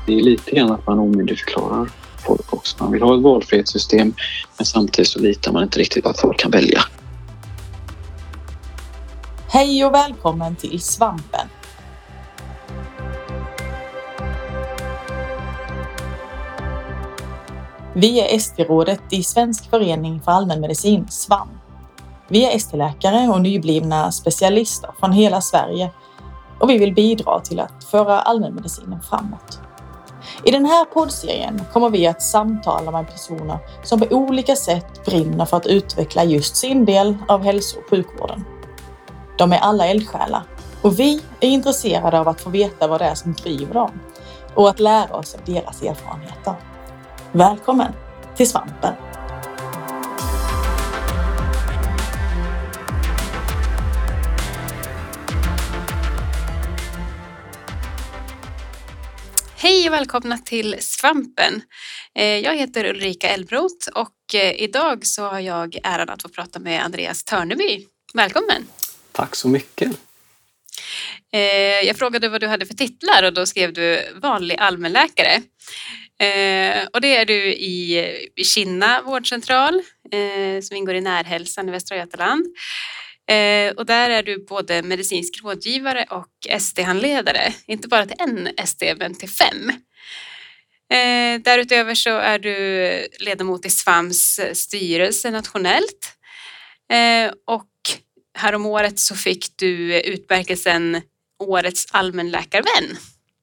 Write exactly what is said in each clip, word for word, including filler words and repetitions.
det är lite grann att man omyndigförklarar folk också. Man vill ha ett valfrihetssystem, men samtidigt så litar man inte riktigt på att folk kan välja. Hej och välkommen till Svampen. Vi är S T-rådet i Svensk förening för allmänmedicin, SVAM. Vi är S T-läkare och nyblivna specialister från hela Sverige och vi vill bidra till att föra allmänmedicinen framåt. I den här poddserien kommer vi att samtala med personer som på olika sätt brinner för att utveckla just sin del av hälso- och sjukvården. De är alla eldsjälar och vi är intresserade av att få veta vad det är som driver dem och att lära oss av deras erfarenheter. Välkommen till Svampen! Hej och välkomna till Svampen. Jag heter Ulrika Elbroth och idag så har jag äran att få prata med Andreas Törneby. Välkommen! Tack så mycket! Jag frågade vad du hade för titlar och då skrev du vanlig allmänläkare. Och det är du i Kinna vårdcentral som ingår i Närhälsan i Västra Götaland. Och där är du både medicinsk rådgivare och S T-handledare. Inte bara till en S T men till fem. Därutöver så är du ledamot i SVAMs styrelse nationellt. Och häromåret så fick du utmärkelsen Årets allmänläkarvän.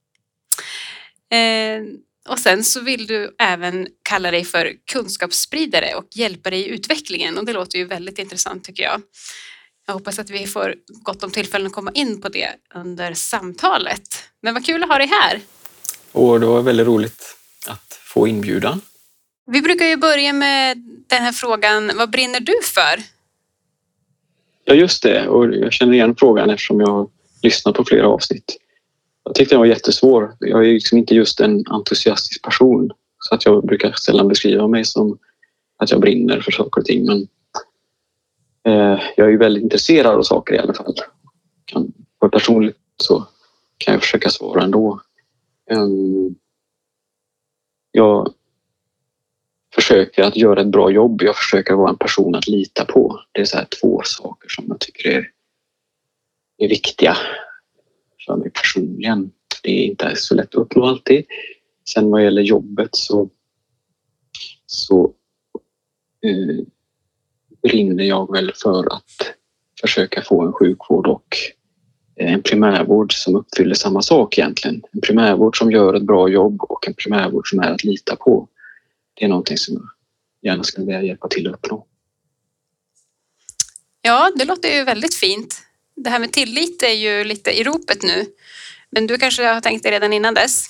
Och sen så vill du även kalla dig för kunskapsspridare och hjälpa dig i utvecklingen. Och det låter ju väldigt intressant tycker jag. Jag hoppas att vi får gott om tillfällen att komma in på det under samtalet. Men vad kul att ha dig här. Och det var väldigt roligt att få inbjudan. Vi brukar ju börja med den här frågan. Vad brinner du för? Ja just det, och jag känner igen frågan eftersom jag har lyssnat på flera avsnitt. Jag tyckte den var jättesvår. Jag är liksom inte just en entusiastisk person. Så att jag brukar sällan beskriva mig som att jag brinner för saker och ting. Men eh, jag är ju väldigt intresserad av saker i alla fall. Kan, för personligt så kan jag försöka svara ändå. Um, jag försöker att göra ett bra jobb. Jag försöker vara en person att lita på. Det är så här två saker som jag tycker är, är viktiga för mig personligen. Det är inte så lätt att uppnå alltid. Sen vad gäller jobbet så, så eh, brinner jag väl för att försöka få en sjukvård och en primärvård som uppfyller samma sak egentligen. En primärvård som gör ett bra jobb och en primärvård som är att lita på. Det är någonting som jag gärna skulle vilja hjälpa till att uppnå. Ja, det låter ju väldigt fint. Det här med tillit är ju lite i ropet nu. Men du kanske har tänkt det redan innan dess?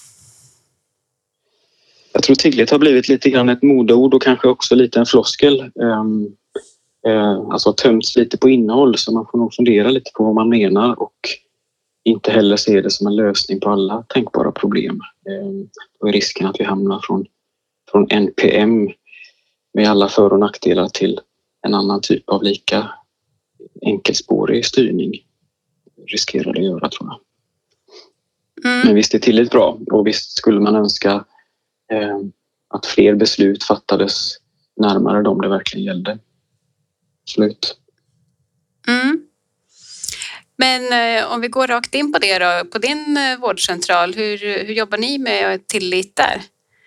Jag tror tillit har blivit lite grann ett modeord och kanske också lite en floskel. Um, uh, alltså tömts lite på innehåll så man får nog fundera lite på vad man menar och inte heller se det som en lösning på alla tänkbara problem. Um, då är risken att vi hamnar från, från N P M med alla för- och nackdelar till en annan typ av lika enkelspårig styrning riskerar det att göra tror jag. Mm. Men visst är tillit bra och visst skulle man önska eh, att fler beslut fattades närmare dem det verkligen gällde. Slut. Mm. Men eh, om vi går rakt in på det då, på din eh, vårdcentral, hur, hur jobbar ni med tillit där?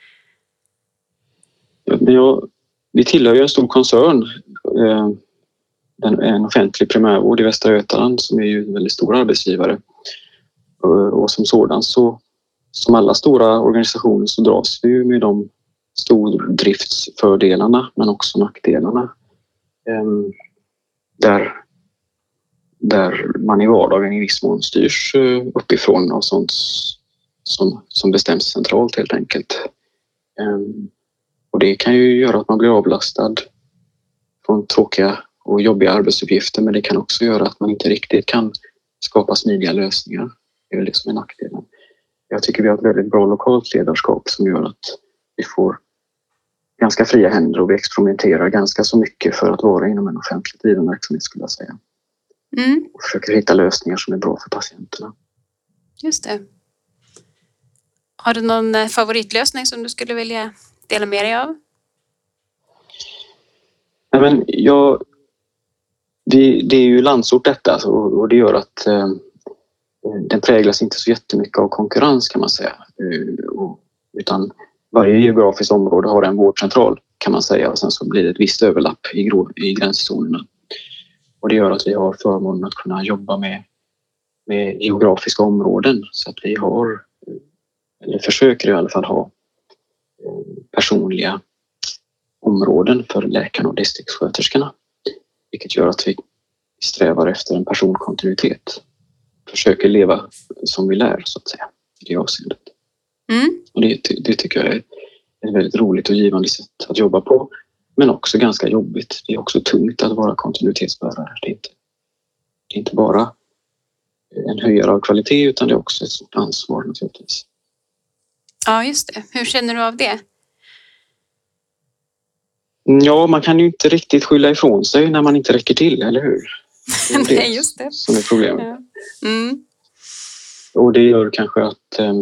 Ja, men jag, vi tillhör ju en stor koncern. Eh, en offentlig primärvård i Västra Götaland som är ju en väldigt stor arbetsgivare. Och som sådan så, som alla stora organisationer så dras vi ju med de stordriftsfördelarna men också nackdelarna. Där, där man i vardagen i viss mån styrs uppifrån av sånt som, som bestäms centralt helt enkelt. Och det kan ju göra att man blir avlastad från tråkiga och jobbiga arbetsuppgifter men det kan också göra att man inte riktigt kan skapa smidiga lösningar. Det är liksom en nackdel. Jag tycker vi har ett väldigt bra lokalt ledarskap som gör att vi får ganska fria händer och vi experimenterar ganska så mycket för att vara inom en offentligt driven verksamhet skulle jag säga. Mm. Och försöker hitta lösningar som är bra för patienterna. Just det. Har du någon favoritlösning som du skulle vilja dela med dig av? Nej, men jag, det, det är ju landsort detta och, och det gör att eh, den präglas inte så jättemycket av konkurrens kan man säga. Uh, utan varje geografiskt område har en vårdcentral kan man säga och sen så blir det ett visst överlapp i, grå, i gränszonerna. Och det gör att vi har förmånen att kunna jobba med, med geografiska områden så att vi har, eller försöker i alla fall ha, personliga områden för läkarna och distriktssköterskorna. Vilket gör att vi strävar efter en personkontinuitet. Försöker leva som vi lär så att säga i det avseendet. Mm. Och det, det tycker jag är ett väldigt roligt och givande sätt att jobba på. Men också ganska jobbigt. Det är också tungt att vara kontinuitetsbärare. Det är inte, det är inte bara en höjare av kvalitet utan det är också ett stort ansvar naturligtvis. Ja, just det. Hur känner du av det? Ja, man kan ju inte riktigt skylla ifrån sig när man inte räcker till, eller hur? Det är Nej, just det. som är problemet. Ja. Mm. Och det gör kanske att um,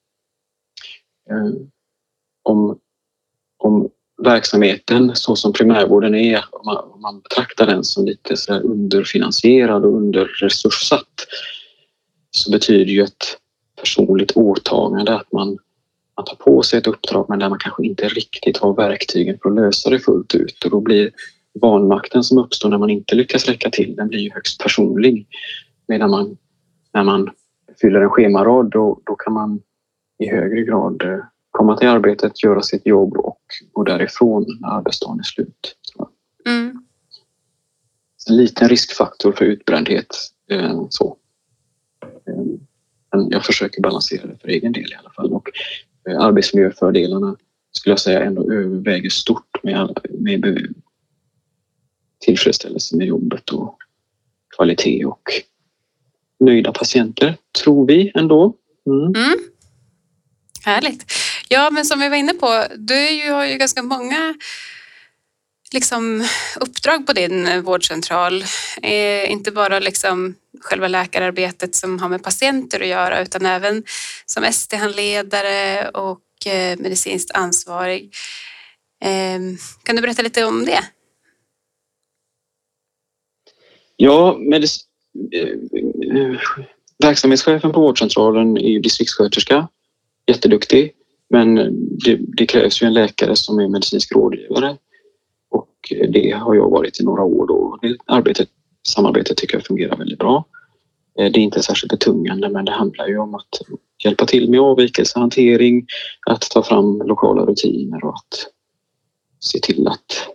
um, om, om verksamheten så som primärvården är, om man, om man betraktar den som lite så här underfinansierad och underresurssatt så betyder ju ett personligt åtagande att man, man tar på sig ett uppdrag men där man kanske inte riktigt har verktygen för att lösa det fullt ut och då blir vanmakten som uppstår när man inte lyckas räcka till, den blir ju högst personlig. Medan man, när man fyller en schemarad då, då kan man i högre grad komma till arbetet, göra sitt jobb och gå därifrån när arbetsdagen är slut. Mm. En liten riskfaktor för utbrändhet. Eh, så. Eh, men jag försöker balansera det för egen del i alla fall. Och eh, arbetsmiljöfördelarna skulle jag säga ändå överväger stort med, alla, med tillfredsställelse med jobbet och kvalitet och nöjda patienter, tror vi ändå. Mm. Mm. Härligt. Ja, men som vi var inne på, du är ju, har ju ganska många liksom, uppdrag på din vårdcentral. Eh, inte bara liksom, själva läkararbetet som har med patienter att göra utan även som S T-handledare och eh, medicinskt ansvarig. Eh, kan du berätta lite om det? Ja, medic- eh, verksamhetschefen på vårdcentralen är ju distriktssköterska. Jätteduktig, men det, det krävs ju en läkare som är medicinsk rådgivare och det har jag varit i några år då. Det arbetet, samarbetet tycker jag fungerar väldigt bra. Det är inte särskilt betungande men det handlar ju om att hjälpa till med avvikelsehantering, att ta fram lokala rutiner och att se till att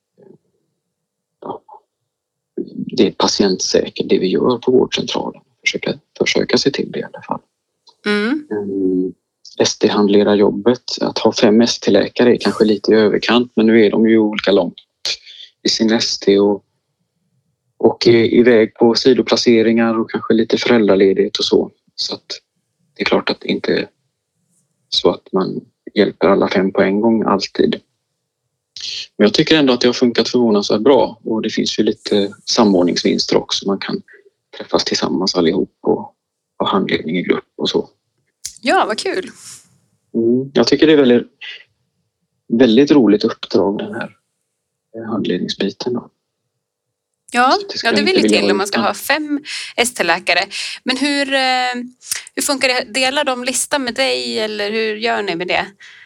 ja, det är patientsäkert det vi gör på vårdcentralen. Försöka, försöka se till det i alla fall. Mm. Mm. S T-handledarjobbet, att ha fem S T-läkare är kanske lite i överkant men nu är de ju olika långt i sin S T och, och är iväg på sidoplaceringar och kanske lite föräldraledighet och så. Så att det är klart att det inte är så att man hjälper alla fem på en gång alltid. Men jag tycker ändå att det har funkat förvånansvärt bra och det finns ju lite samordningsvinster också. Man kan träffas tillsammans allihop och ha handledning i grupp och så. Ja, vad kul. Mm, jag tycker det är väldigt, väldigt roligt uppdrag den här handledningsbiten. Då. Ja, det, ja, det vill ju till om man ska ha fem S T-läkare. Men hur, hur funkar det? Delar de listan med dig eller hur gör ni med det?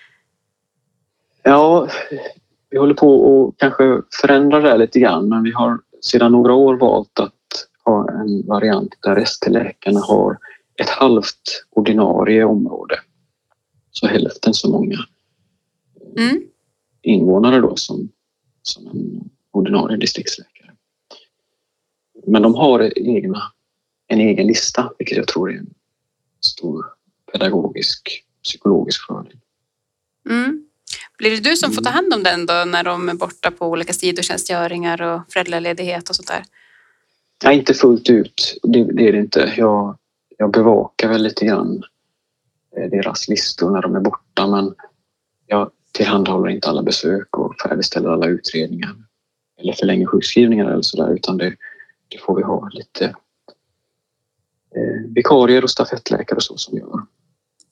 Ja, vi håller på att kanske förändra det lite grann men vi har sedan några år valt att ha en variant där S T-läkarna har ett halvt ordinarie område. Så hälften så många mm. invånare då som, som en ordinarie distriktsläkare. Men de har egna, en egen lista vilket jag tror är en stor pedagogisk, psykologisk fördel. Mm. Blir det du som får ta hand om den då när de är borta på olika sidotjänstgöringar och föräldraledighet och sånt där? Nej, inte fullt ut. Det, det är det inte. Jag, jag bevakar väl lite grann deras listor när de är borta men jag tillhandahåller inte alla besök och färdigställer alla utredningar eller förlänger sjukskrivningar eller sådär utan det, det får vi ha lite eh, vikarier och stafettläkare och så som gör.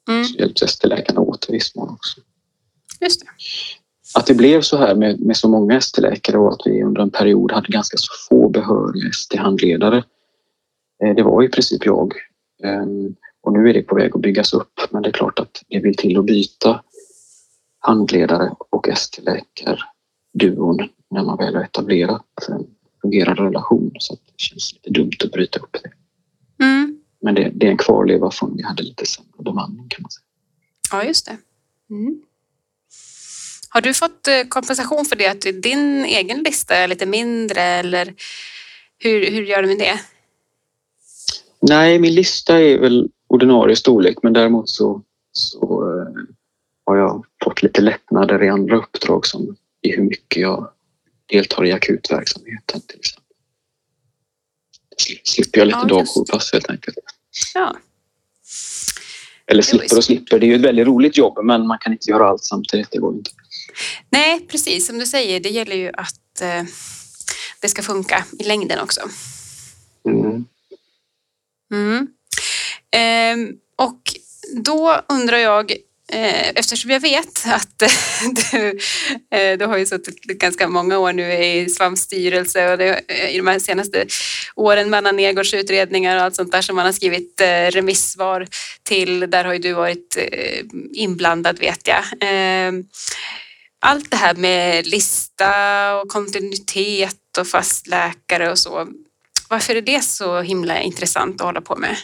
Mm. Så hjälps S T-läkarna åt i viss mån också. Just det. Att det blev så här med, med så många S T-läkare och att vi under en period hade ganska så få behöriga S T-handledare. Eh, det var i princip jag. Eh, och nu är det på väg att byggas upp. Men det är klart att det vill till att byta handledare och S T-läkarduon när man väl har etablerat en fungerande relation. Så att det känns lite dumt att bryta upp det. Mm. Men det, det är en kvarleva från vi hade lite sämre bemanning kan man säga. Ja, just det. Mm. Har du fått kompensation för det att din egen lista är lite mindre eller hur, hur gör du med det? Nej, min lista är väl ordinarie storlek men däremot så, så äh, har jag fått lite lättnader i andra uppdrag som i hur mycket jag deltar i akutverksamheten till exempel. Slipper jag lite ja, dagjourpass helt enkelt. Ja. Eller slipper och slipper, det är ju ett väldigt roligt jobb men man kan inte göra allt samtidigt, det går inte. Nej, precis som du säger, det gäller ju att eh, det ska funka i längden också. Mm. Mm. Eh, och då undrar jag, eh, eftersom jag vet att du, eh, du har ju suttit ganska många år nu i Svams styrelse och det, i de här senaste åren med Anna Nergårds utredningar och allt sånt där som man har skrivit eh, remissvar till, där har ju du varit eh, inblandad vet jag. Eh, Allt det här med lista och kontinuitet och fastläkare och så. Varför är det så himla intressant att hålla på med?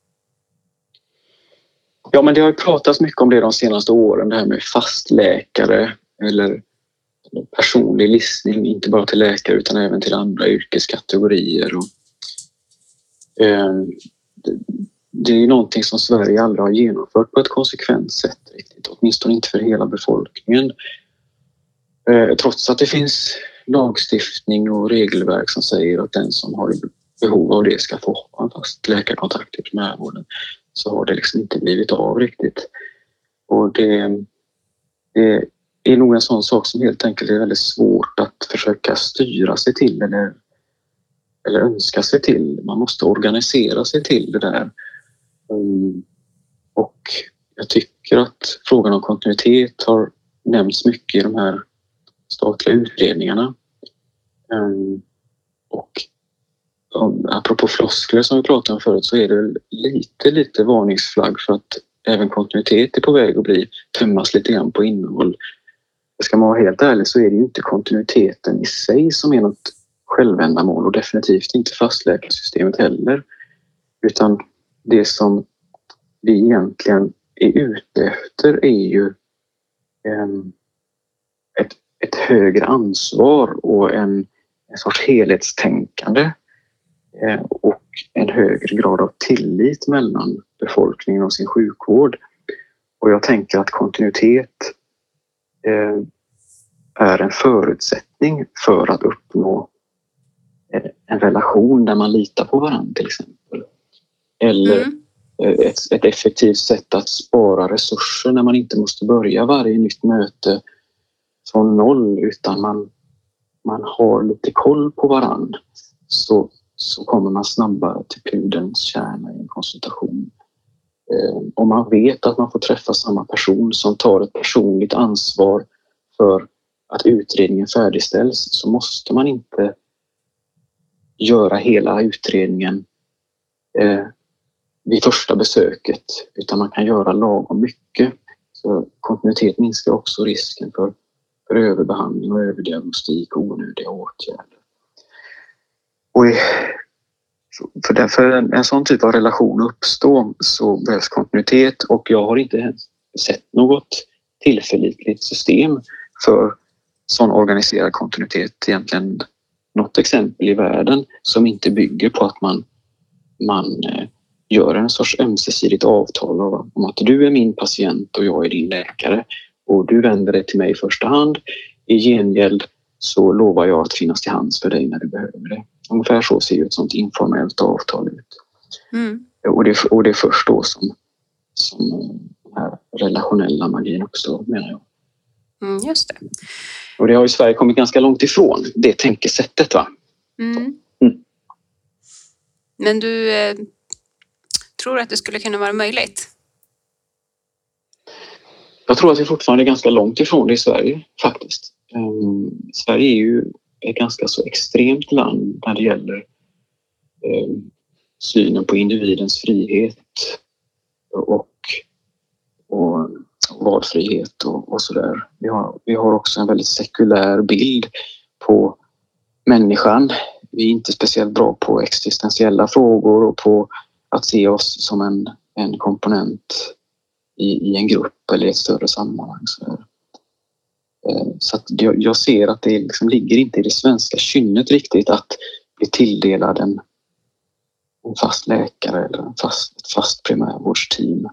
Ja, men det har ju pratats mycket om det de senaste åren. Det här med fastläkare eller personlig listning. Inte bara till läkare utan även till andra yrkeskategorier. Och, eh, det, det är ju någonting som Sverige aldrig har genomfört på ett konsekvent sätt. Riktigt. Åtminstone inte för hela befolkningen. Trots att det finns lagstiftning och regelverk som säger att den som har behov av det ska få ha en fast läkarkontakt i primärvården så har det liksom inte blivit av riktigt. Och det, det är nog en sån sak som helt enkelt är väldigt svårt att försöka styra sig till eller, eller önska sig till. Man måste organisera sig till det där. Och jag tycker att frågan om kontinuitet har nämnts mycket i de här statliga utredningarna. Um, och um, apropå floskler som vi pratade om förut så är det lite, lite varningsflagg för att även kontinuitet är på väg att bli tömmas lite grann på innehåll. Ska man vara helt ärlig så är det ju inte kontinuiteten i sig som är något självändamål och definitivt inte fastläkarsystemet heller. Utan det som vi egentligen är ute efter är ju um, ett ett högre ansvar och en, en sorts helhetstänkande eh, och en högre grad av tillit mellan befolkningen och sin sjukvård. Och jag tänker att kontinuitet eh, är en förutsättning för att uppnå eh, en relation där man litar på varandra till exempel. Eller mm. eh, ett, ett effektivt sätt att spara resurser när man inte måste börja varje nytt möte från noll utan man, man har lite koll på varann så, så kommer man snabbare till pudelns kärna i en konsultation. Eh, om man vet att man får träffa samma person som tar ett personligt ansvar för att utredningen färdigställs så måste man inte göra hela utredningen eh, vid första besöket utan man kan göra lagom mycket. Så kontinuitet minskar också risken för för överbehandling och överdiagnostik och onödiga åtgärder. Och för, det, för en, en sån typ av relation uppstår så behövs kontinuitet och jag har inte sett något tillförlitligt system för sån organiserad kontinuitet egentligen något exempel i världen som inte bygger på att man, man gör en sorts ömsesidigt avtal om att du är min patient och jag är din läkare. Och du vänder dig till mig i första hand. I gengäld så lovar jag att finnas till hands för dig när du behöver det. Ungefär så ser ju ett sånt informellt avtal ut. Mm. Och, det, och det är först då som, som den här relationella magin uppstår, menar jag. Mm, just det. Och det har ju Sverige kommit ganska långt ifrån, det tänkesättet va? Mm. Mm. Men du eh, tror att det skulle kunna vara möjligt? Jag tror att vi fortfarande är ganska långt ifrån det i Sverige faktiskt. Um, Sverige är ju ett ganska så extremt land när det gäller um, synen på individens frihet och, och, och valfrihet och, och sådär. Vi har, vi har också en väldigt sekulär bild på människan. Vi är inte speciellt bra på existentiella frågor och på att se oss som en, en komponent i, i en grupp eller i ett större sammanhang. Så, så att jag, jag ser att det liksom ligger inte i det svenska kynnet riktigt att bli tilldelad en, en fast läkare eller en fast, ett fast primärvårdsteam.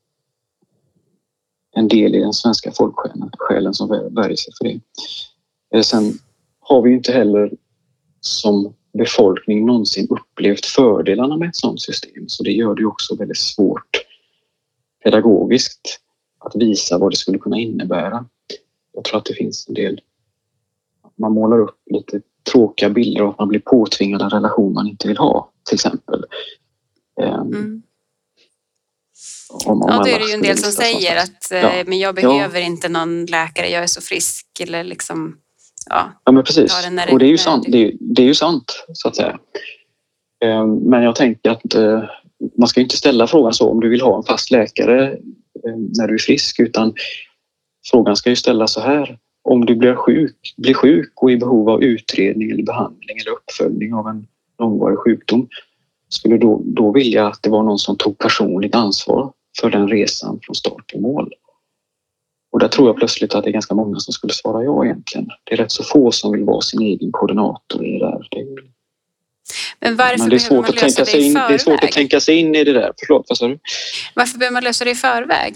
En del i den svenska folksjälen själen som värjer sig för det. Sen har vi ju inte heller som befolkning någonsin upplevt fördelarna med ett sådant system. Så det gör det också väldigt svårt pedagogiskt att visa vad det skulle kunna innebära. Jag tror att det finns en del... Man målar upp lite tråkiga bilder av att man blir påtvingad en relation man inte vill ha, till exempel. Mm. Om, om ja, det är det ju en del som säger att ja. men jag behöver ja. inte någon läkare, jag är så frisk eller liksom... Ja, ja men precis. Och det är ju sant, det är, det är ju sant så att säga. Men jag tänker att man ska inte ställa frågan så om du vill ha en fast läkare när du är frisk, utan frågan ska ju ställas så här: om du blir sjuk, blir sjuk och i behov av utredning eller behandling eller uppföljning av en långvarig sjukdom, skulle du då, då vilja att det var någon som tog personligt ansvar för den resan från start till mål? Och där tror jag plötsligt att det är ganska många som skulle svara ja egentligen. Det är rätt så få som vill vara sin egen koordinator i det där. Det är... Men varför Men det är svårt att tänka sig in, det är svårt att tänka sig in i det där. Förlåt, vad sa du? Varför behöver man lösa det i förväg?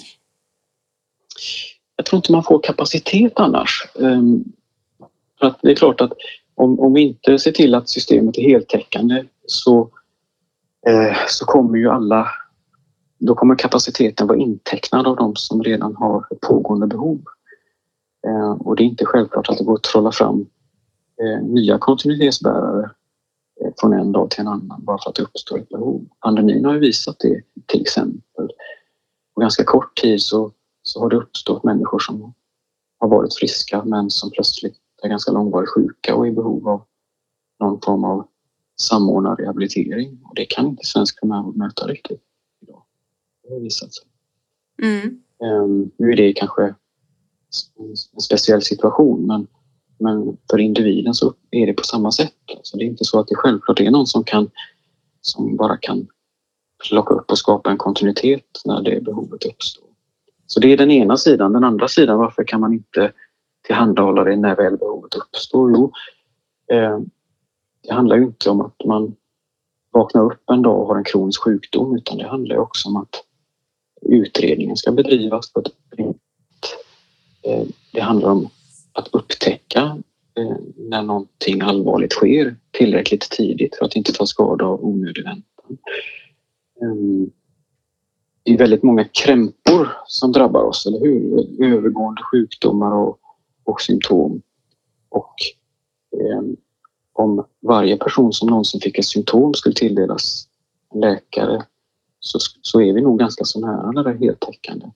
Jag tror inte man får kapacitet annars. Um, för att det är klart att om, om vi inte ser till att systemet är heltäckande så, eh, så kommer ju alla... Då kommer kapaciteten vara intecknad av de som redan har ett pågående behov. Eh, och det är inte självklart att det går att trolla fram eh, nya kontinuitetsbärare eh, från en dag till en annan bara för att det uppstår ett behov. Pandemin har ju visat det till exempel. På ganska kort tid så, så har det uppstått människor som har varit friska men som plötsligt är ganska långvarigt sjuka och är i behov av någon form av samordnad rehabilitering. Och det kan inte svensk primärvård möta riktigt. Det har visat sig. Mm. Um, nu är det kanske en speciell situation, men, men för individen så är det på samma sätt. Alltså det är inte så att det självklart är någon som, kan, som bara kan plocka upp och skapa en kontinuitet när det behovet uppstår. Så det är den ena sidan. Den andra sidan, varför kan man inte tillhandahålla det när väl behovet uppstår? Jo, eh, det handlar ju inte om att man vaknar upp en dag och har en kronisk sjukdom, utan det handlar också om att utredningen ska bedrivas på ett eh, det handlar om att upptäcka eh, när någonting allvarligt sker tillräckligt tidigt för att inte ta skada av onödig väntan. Um, det är väldigt många krämpor som drabbar oss, eller hur? Övergående sjukdomar och, och symptom. Och eh, om varje person som någonsin fick ett symptom skulle tilldelas en läkare så, så är vi nog ganska så nära när det är heltäckande.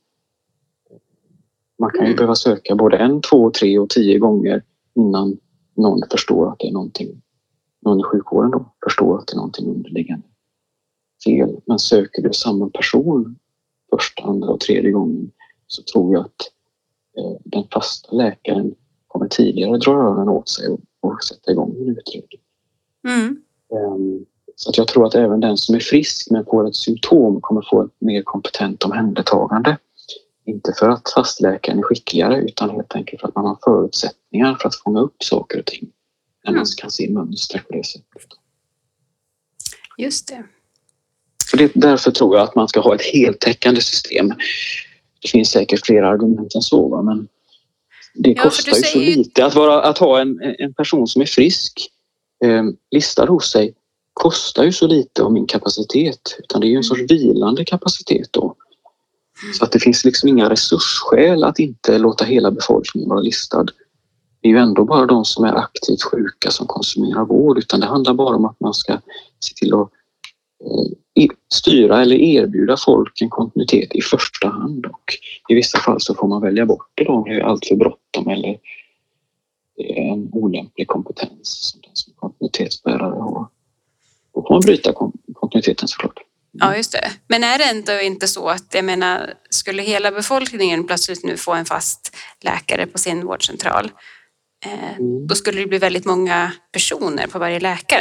Man kan ju mm. behöva söka både en, två, tre och tio gånger innan någon förstår att det är någonting, någon i sjukvården då förstår att det är någonting underliggande fel. Men söker du samma person första, andra och tredje gången så tror jag att eh, den fasta läkaren kommer tidigare dra öronen åt sig och, och sätta igång en utredning. Mm. Um, så att jag tror att även den som är frisk men får ett symptom kommer få ett mer kompetent omhändertagande. Inte för att fastläkaren är skickligare utan helt enkelt för att man har förutsättningar för att fånga upp saker och ting. När man kan se mönster på det sättet. Just det. Så det, därför tror jag att man ska ha ett heltäckande system. Det finns säkert fler argument än så, va? Men det ja, kostar ju så lite. Att, vara, att ha en, en person som är frisk eh, listad hos sig kostar ju så lite av min kapacitet. Utan det är ju en sorts vilande kapacitet då. Så att det finns liksom inga resursskäl att inte låta hela befolkningen vara listad. Det är ju ändå bara de som är aktivt sjuka som konsumerar vård, utan det handlar bara om att man ska se till att styra eller erbjuda folk en kontinuitet i första hand, och i vissa fall så får man välja bort det om det är allt för bråttom eller det är en olämplig kompetens som den som kontinuitetsbärare har. Då får man bryta kontinuiteten såklart. Ja, just det. Men är det ändå inte så att, jag menar, skulle hela befolkningen plötsligt nu få en fast läkare på sin vårdcentral, eh, mm. då skulle det bli väldigt många personer på varje läkare.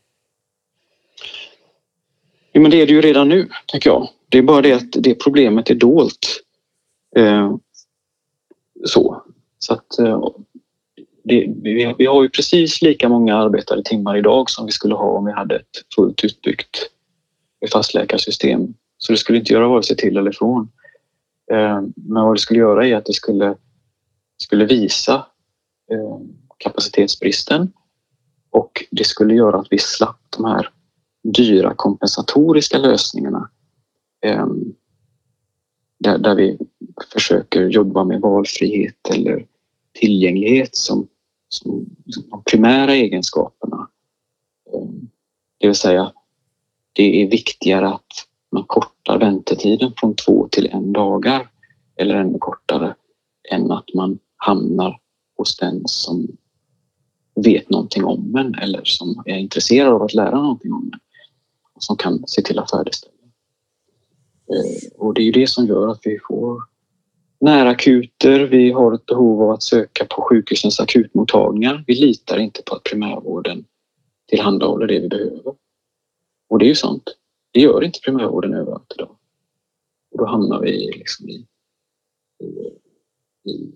Ja, men det är det ju redan nu, tänker jag. Det är bara det att det problemet är dolt. Eh, så. Så att eh, det, vi, vi har ju precis lika många arbetade timmar idag som vi skulle ha om vi hade ett fullt utbyggt fastläkarsystem. Så det skulle inte göra vare sig till eller från. Eh, men vad det skulle göra är att det skulle, skulle visa eh, kapacitetsbristen, och det skulle göra att vi slapp de här dyra kompensatoriska lösningarna eh, där, där vi försöker jobba med valfrihet eller tillgänglighet som, som, som de primära egenskaperna. Eh, det vill säga, det är viktigare att man kortar väntetiden från två till en dagar eller ännu kortare än att man hamnar hos den som vet någonting om en eller som är intresserad av att lära någonting om en och som kan se till att färdigställa. Och det är ju det som gör att vi får närakuter, vi har ett behov av att söka på sjukhusens akutmottagningar. Vi litar inte på att primärvården tillhandahåller det vi behöver. Och det är ju sant. Det gör inte primärvården överallt idag. Och då hamnar vi liksom i, i, i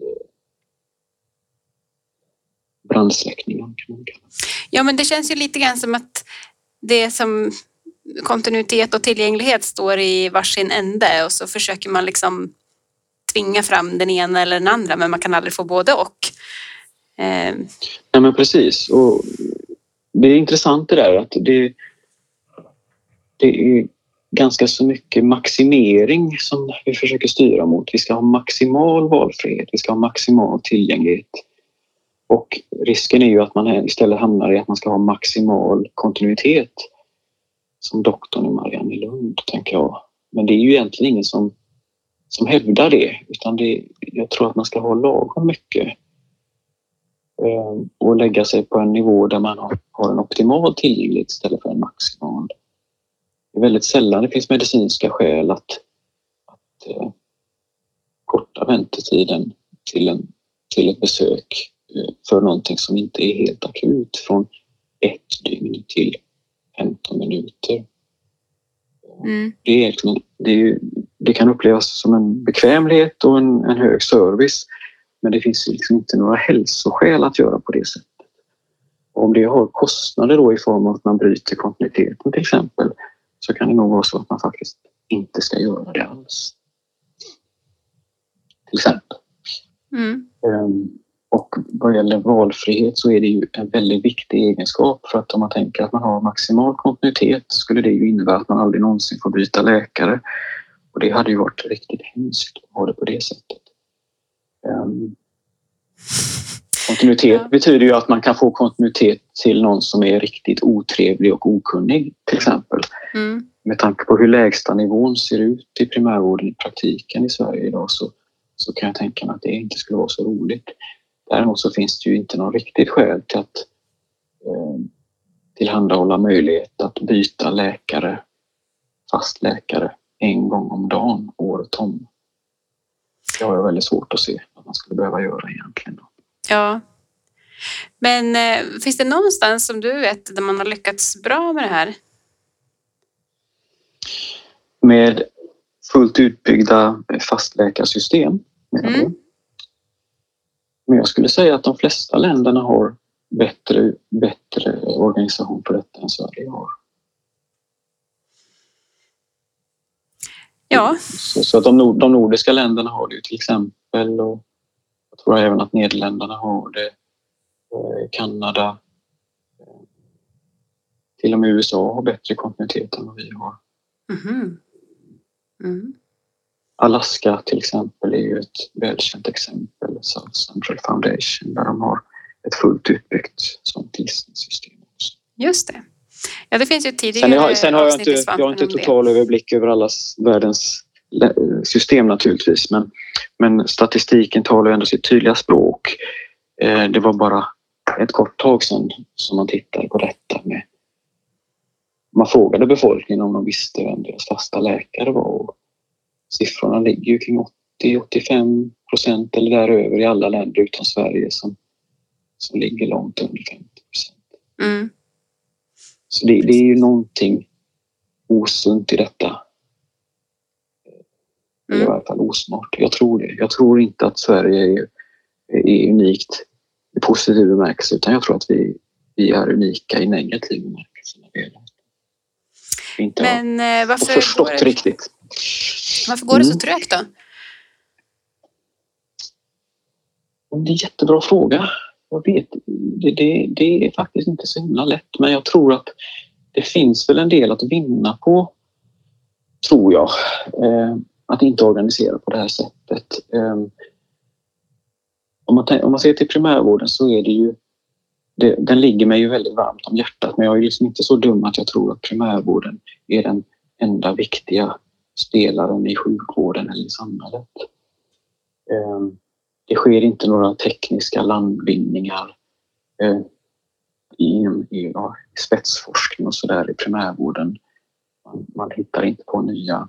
brandsläckningen, kan man kalla. Ja, men det känns ju lite grann som att det som kontinuitet och tillgänglighet står i varsin ände, och så försöker man liksom tvinga fram den ena eller den andra, men man kan aldrig få både och. Eh. Ja, men precis. Och det är intressant det där att det, det är ganska så mycket maximering som vi försöker styra mot. Vi ska ha maximal valfrihet, vi ska ha maximal tillgänglighet. Och risken är ju att man istället hamnar i att man ska ha maximal kontinuitet, som doktorn i Mariannelund, tänker jag. Men det är ju egentligen ingen som, som hävdar det, utan det, jag tror att man ska ha lagom mycket eh, och lägga sig på en nivå där man har, har en optimal tillgänglighet istället för en maximal. Det är väldigt sällan det finns medicinska skäl att, att eh, korta väntetiden till, en, till ett besök eh, för någonting som inte är helt akut, från ett dygn till femton minuter. Mm. Det, är, det, det kan upplevas som en bekvämlighet och en, en hög service, men det finns liksom inte några hälsoskäl att göra på det sättet. Och om det har kostnader då i form av att man bryter kontinuiteten till exempel, så kan det nog vara så att man faktiskt inte ska göra det alls. Till exempel. Mm. Um, och vad gäller valfrihet så är det ju en väldigt viktig egenskap, för att om man tänker att man har maximal kontinuitet skulle det ju innebära att man aldrig någonsin får byta läkare. Och det hade ju varit riktigt hemskt att ha det på det sättet. Um, kontinuitet ja. betyder ju att man kan få kontinuitet till någon som är riktigt otrevlig och okunnig till exempel. Mm. Med tanke på hur lägsta nivån ser ut i primärvården i praktiken i Sverige idag, så, så kan jag tänka mig att det inte skulle vara så roligt. Däremot så finns det ju inte någon riktigt skäl till att eh, tillhandahålla möjlighet att byta läkare, fast läkare, en gång om dagen, året om. Det har jag väldigt svårt att se att man skulle behöva göra egentligen. Då. Ja, men eh, finns det någonstans som du vet där man har lyckats bra med det här? Med fullt utbyggda fastläkarsystem, menar mm. du? Men jag skulle säga att de flesta länderna har bättre, bättre organisation på detta än Sverige har. Ja. Så, så att de, nord, de nordiska länderna har det ju till exempel, och jag tror även att Nederländerna har det, eh, Kanada, eh, till och med U S A har bättre kontinuitet än vad vi har. Mm. Mm. Alaska till exempel är ju ett välkänt exempel, South Central Foundation, där de har ett fullt utbyggt sånt tillsynssystem också. Just det. Ja, det finns ju tidigare Sen, har, sen har jag avsnitt i inte, Svampen jag har inte om det. total överblick över alla världens system naturligtvis. Men, men statistiken talar ändå sitt tydliga språk. Eh, det var bara ett kort tag sedan som man tittade på detta med. Man frågade befolkningen om de visste vem deras fasta läkare var. Och siffrorna ligger ju kring åttio till åttiofem procent eller däröver i alla länder utom Sverige som, som ligger långt under femtio procent. Mm. Så det, det är ju någonting osunt i detta. Eller i alla fall osmart. Jag tror det. Jag tror inte att Sverige är, är unikt i positiv bemärkelse, utan jag tror att vi, vi är unika i negativ bemärkelse. Vi inte Men har varför förstått går det, riktigt. Varför går det så Mm. trögt då? Det är en jättebra fråga. Jag vet, det, det, det är faktiskt inte så himla lätt, men jag tror att det finns väl en del att vinna på, tror jag, eh, att inte organisera på det här sättet. Eh, om, man, om man ser till primärvården så är det ju, det, den ligger mig ju väldigt varmt om hjärtat, men jag är liksom inte så dum att jag tror att primärvården är den enda viktiga spelaren i sjukvården eller i samhället. Eh, det sker inte några tekniska landvinningar eh, i, i, ja, i spetsforskning och så där i primärvården. Man, man hittar inte på nya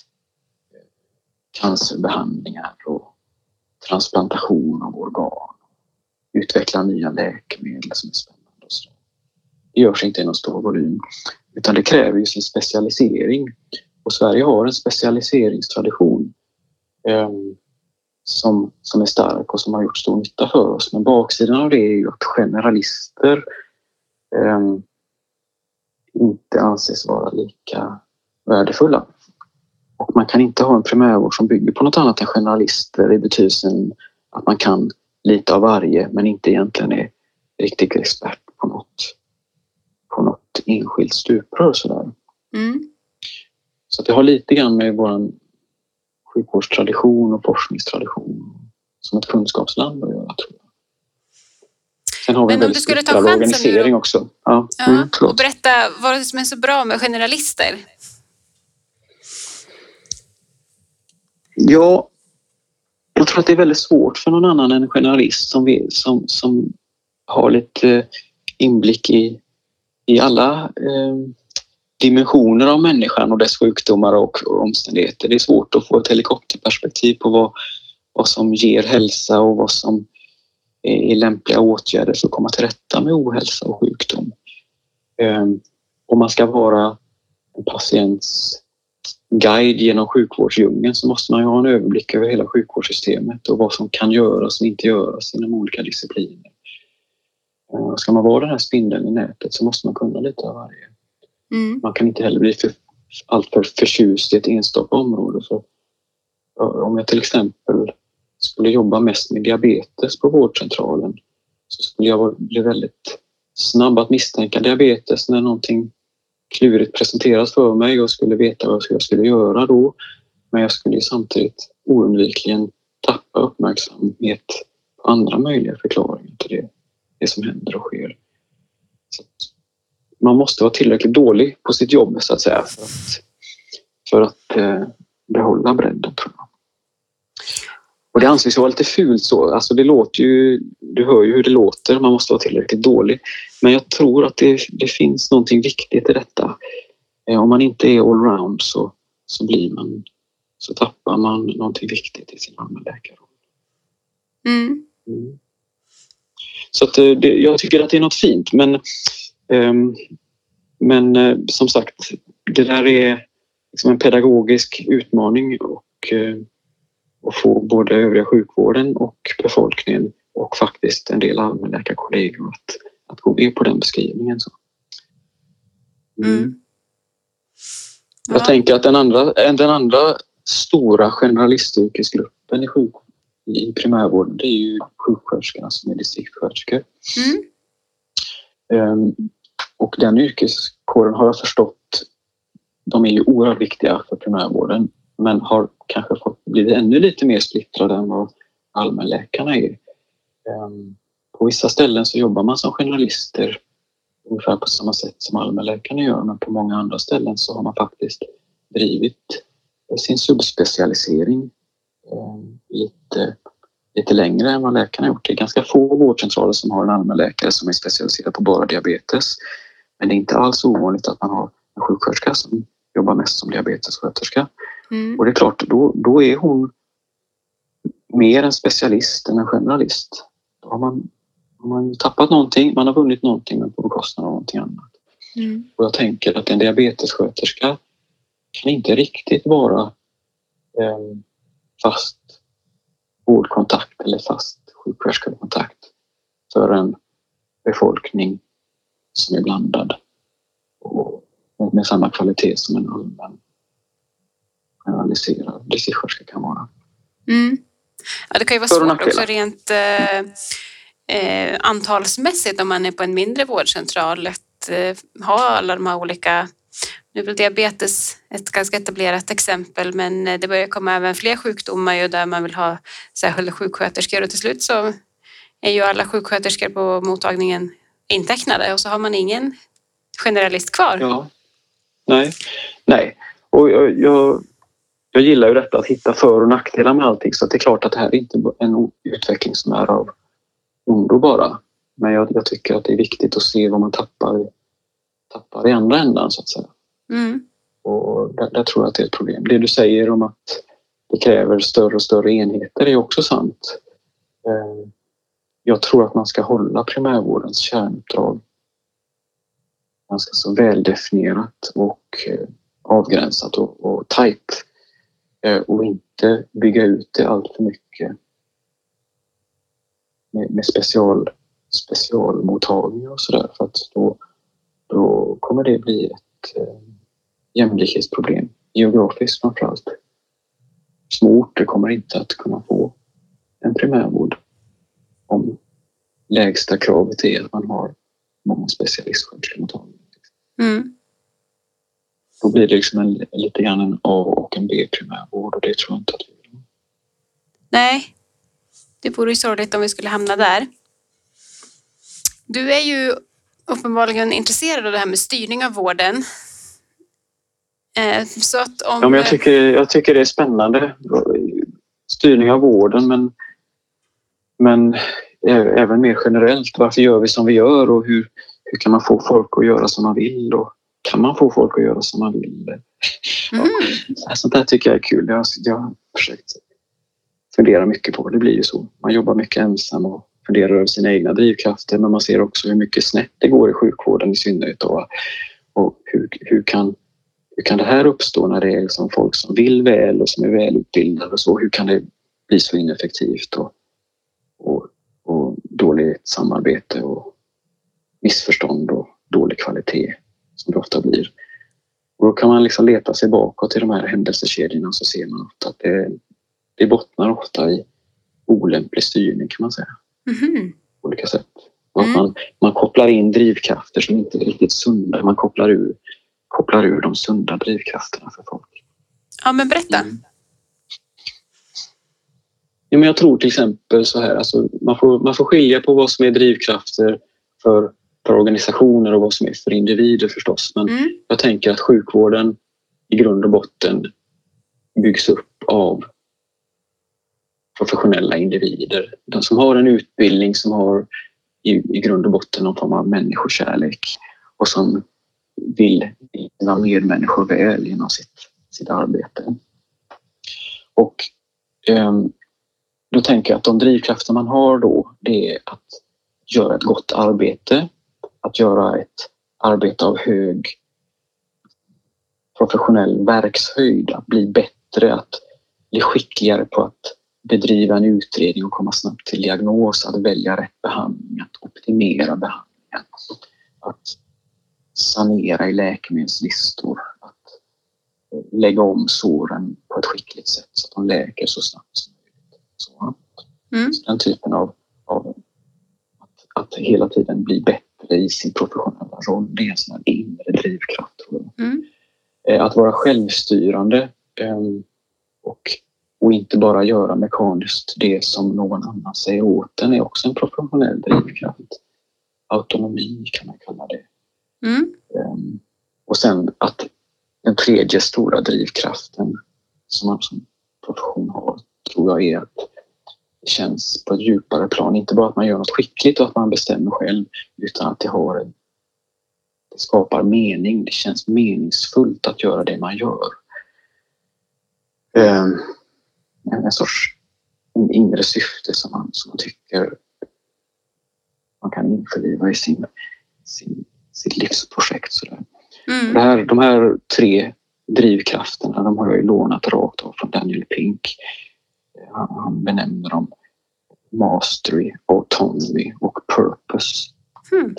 cancerbehandlingar och transplantation av organ. Utveckla nya läkemedel som är spännande och så. Det görs inte i någon stor volym, utan det kräver ju sin specialisering. Och Sverige har en specialiseringstradition eh, som, som är stark och som har gjort stor nytta för oss. Men baksidan av det är ju att generalister eh, inte anses vara lika värdefulla. Och man kan inte ha en primärvård som bygger på något annat än generalister i betydelsen att man kan lite av varje men inte egentligen är riktigt expert på något, på något enskilt stuprör. Sådär. Mm. Så det har lite grann med vår sjukvårdstradition och forskningstradition som ett kunskapsland att göra, tror jag. Sen har vi Men en om du väldigt skulle ta splittrad chansen organisering nu också. Ja, ja, mm, och berätta vad som är så bra med generalister. Ja, jag tror att det är väldigt svårt för någon annan än en generalist som, vi, som, som har lite inblick i, i alla eh, dimensioner av människan och dess sjukdomar och, och omständigheter. Det är svårt att få ett helikopterperspektiv på vad, vad som ger hälsa och vad som är, är lämpliga åtgärder för att komma till rätta med ohälsa och sjukdom. Eh, om man ska vara en patients guide genom sjukvårdsdjungeln så måste man ju ha en överblick över hela sjukvårdssystemet och vad som kan göras och inte göras inom olika discipliner. Och ska man vara den här spindeln i nätet så måste man kunna lite av varje. Mm. Man kan inte heller bli för, allt för förtjust i ett enstaka område. För om jag till exempel skulle jobba mest med diabetes på vårdcentralen så skulle jag bli väldigt snabb att misstänka diabetes när någonting klurigt presenteras för mig och skulle veta vad jag skulle göra då. Men jag skulle samtidigt oundvikligen tappa uppmärksamhet på andra möjliga förklaringar till det, det som händer och sker. Så man måste vara tillräckligt dålig på sitt jobb så att säga för att, för att eh, behålla bredden, tror jag. Och det anses ju vara lite fult så. Alltså det låter ju, du hör ju hur det låter, man måste vara tillräckligt dålig. Men jag tror att det, det finns någonting viktigt i detta. Eh, om man inte är allround så, så blir man, så tappar man någonting viktigt i sin allmänläkare. Mm. Mm. Så att det, jag tycker att det är något fint, men, um, men uh, som sagt, det där är liksom en pedagogisk utmaning och uh, att få både övriga sjukvården och befolkningen och faktiskt en del allmänläkarkollegor att, att gå med på den beskrivningen. Så. Mm. Mm. Ja. Jag tänker att den andra, den andra stora generalistyrkesgruppen i, sjuk, i primärvården, det är ju sjuksköterskorna som är distriktssköterskor. Mm. Um, och den yrkeskåren har jag förstått, de är ju oerhört viktiga för primärvården men har kanske fått blivit ännu lite mer splittrade än vad allmänläkarna är. Um, på vissa ställen så jobbar man som generalister ungefär på samma sätt som allmänläkarna gör, men på många andra ställen så har man faktiskt drivit sin subspecialisering eh, lite, lite längre än vad läkarna gjort. Det är ganska få vårdcentraler som har en allmänläkare som är specialiserad på bara diabetes. Men det är inte alls ovanligt att man har en sjuksköterska som jobbar mest som diabetessköterska. Mm. Och det är klart, då, då är hon mer en specialist än en generalist. Då har man, har man ju tappat någonting, man har vunnit någonting men på bekostnad av någonting annat. Mm. Och jag tänker att en diabetessköterska kan inte riktigt vara eh, fast vårdkontakt eller fast sjuksköterskekontakt för en befolkning som är blandad och med samma kvalitet som en allmän generaliserad distriktssköterska kan vara. Mm. Ja, det kan ju vara svårt också rent eh, eh, antalsmässigt om man är på en mindre vårdcentral att eh, ha alla de här olika. Nu är väl diabetes ett ganska etablerat exempel, men det börjar komma även fler sjukdomar ju där man vill ha särskilda sjuksköterskor och till slut så är ju alla sjuksköterskor på mottagningen intecknade och så har man ingen generalist kvar. Ja, nej, nej. Och jag, jag, jag gillar ju detta att hitta för- och nackdelar med allting, så att det är klart att det här är inte en utveckling som är av ondo bara. Men jag, jag tycker att det är viktigt att se vad man tappar, tappar i andra ändan så att säga. Mm. Och där, där tror jag att det är ett problem. Det du säger om att det kräver större och större enheter är också sant. Jag tror att man ska hålla primärvårdens kärnuppdrag ganska så väldefinierat och avgränsat och, och tajt. Och inte bygga ut det allt för mycket med, med special, specialmottagningar och sådär. För att då, då kommer det bli ett eh, jämlikhetsproblem geografiskt framförallt. Små orter kommer inte att kunna få en primärvård om lägsta kravet är att man har många specialistsköterskemottagningar. Mm. Då blir det liksom en, lite grann en A och en B-primärvård och det tror jag inte att vi vill. Nej, det vore ju sorgligt om vi skulle hamna där. Du är ju uppenbarligen intresserad av det här med styrning av vården. Så att om... Ja, men jag tycker, jag tycker det är spännande. Styrning av vården, men, men även mer generellt. Varför gör vi som vi gör och hur, hur kan man få folk att göra som man vill? Och kan man få folk att göra som man vill? Mm. Ja, sånt där tycker jag är kul. Jag, jag har försökt fundera mycket på. Det blir ju så. Man jobbar mycket ensam och funderar över sina egna drivkrafter, men man ser också hur mycket snett det går i sjukvården i synnerhet. Och, och hur, hur, kan, hur kan det här uppstå när det är liksom folk som vill väl och som är välutbildade och så? Hur kan det bli så ineffektivt och, och, och dåligt samarbete och missförstånd och dålig kvalitet som det ofta blir? Och då kan man liksom leta sig bakåt i de här händelsekedjorna så ser man ofta att det, det bottnar ofta i olämplig styrning kan man säga. Mm. På olika sätt. Och att man, man kopplar in drivkrafter som inte är riktigt sunda. Man kopplar ur, kopplar ur de sunda drivkrafterna för folk. Ja, men berätta. Mm. Ja, men jag tror till exempel så här. Alltså, man, får, man får skilja på vad som är drivkrafter för, för organisationer och vad som är för individer förstås. Men mm. jag tänker att sjukvården i grund och botten byggs upp av professionella individer. De som har en utbildning, som har i, i grund och botten någon form av människokärlek och som vill sina medmänniskor väl genom sitt, sitt arbete. Och eh, då tänker jag att de drivkrafter man har då, det är att göra ett gott arbete, att göra ett arbete av hög professionell verkshöjd, att bli bättre, att bli skickligare på att bedriva en utredning och komma snabbt till diagnos, att välja rätt behandling, att optimera behandlingen, att sanera i läkemedelslistor, att lägga om såren på ett skickligt sätt så att de läker så snabbt som möjligt. Så, mm. så den typen av, av att, att hela tiden bli bättre i sin professionella roll, det är en sån här inre drivkraft. Mm. Att vara självstyrande och Och inte bara göra mekaniskt det som någon annan säger åt den är också en professionell drivkraft. Autonomi kan man kalla det. Mm. Um, och sen att den tredje stora drivkraften som man som profession har, tror jag, är att det känns på ett djupare plan. Inte bara att man gör något skickligt och att man bestämmer själv, utan att det har en, det skapar mening. Det känns meningsfullt att göra det man gör. Um, en sorts en inre syfte som man, som man tycker man kan införliva i sin, sin, sitt livsprojekt. Sådär. Mm. Det här, de här tre drivkrafterna, de har jag ju lånat rakt av från Daniel Pink. Han, han benämner dem mastery, autonomy och purpose. Mm.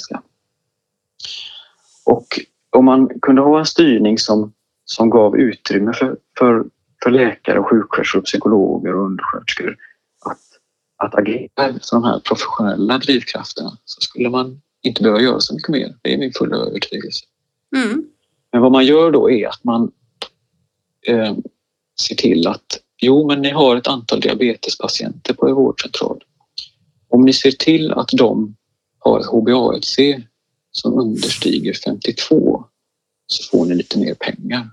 Och om man kunde ha en styrning som, som gav utrymme för, för, för läkare, sjuksköterskor, psykologer och undersköterskor att, att agera efter de här professionella drivkrafterna, så skulle man inte behöva göra så mycket mer. Det är min fulla övertygelse. Mm. Men vad man gör då är att man eh, ser till att jo, men ni har ett antal diabetespatienter på er vårdcentral. Om ni ser till att de har ett H b A ett C som understiger femtiotvå, så får ni lite mer pengar.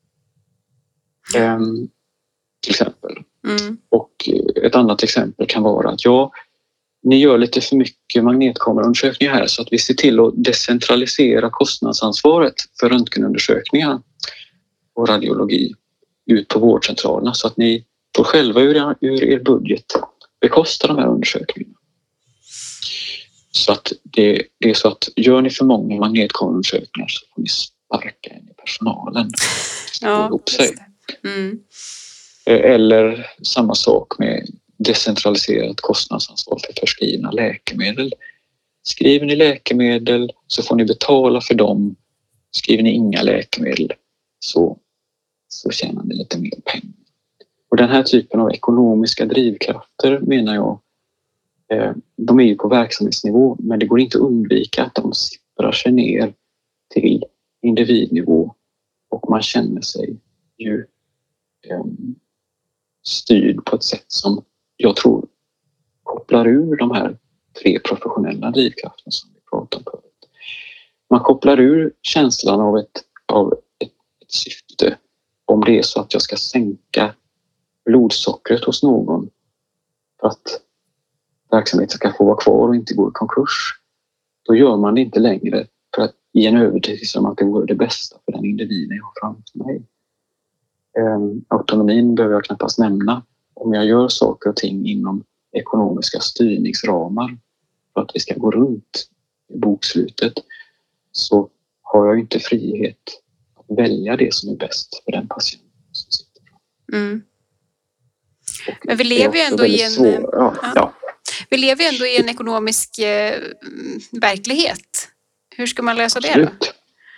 Um, till exempel. Mm. Och ett annat exempel kan vara att ja, ni gör lite för mycket magnetkameraundersökningar här, så att vi ser till att decentralisera kostnadsansvaret för röntgenundersökningar och radiologi ut på vårdcentralerna, så att ni får själva ur er, ur er budget bekosta de här undersökningarna. Så att det, det är så att gör ni för många magnetkameraundersökningar så får ni sparka in i personalen. Ja, ihop sig. Mm. Eller samma sak med decentraliserat kostnadsansvar för förskrivna läkemedel. Skriver ni läkemedel så får ni betala för dem. Skriver ni inga läkemedel så, så tjänar ni lite mer pengar. Och den här typen av ekonomiska drivkrafter, menar jag, eh, de är ju på verksamhetsnivå, men det går inte att undvika att de sipprar sig ner till individnivå och man känner sig ju eh, styrd på ett sätt som jag tror kopplar ur de här tre professionella drivkrafterna som vi pratade om förut. Man kopplar ur känslan av ett, av ett, ett syfte, om det är så att jag ska sänka blodsockret hos någon för att verksamheten ska få vara kvar och inte gå i konkurs. Då gör man det inte längre för att ge en övertygelse om att det vore det bästa för den individen jag har framför mig. Um, autonomin behöver jag knappast nämna. Om jag gör saker och ting inom ekonomiska styrningsramar för att vi ska gå runt i bokslutet, så har jag inte frihet att välja det som är bäst för den patienten som sitter. Mm. Men vi lever ju ändå i en svår, ja, ja. Ja. Vi lever ju ändå i en ekonomisk eh, verklighet. Hur ska man lösa Absolut. det då?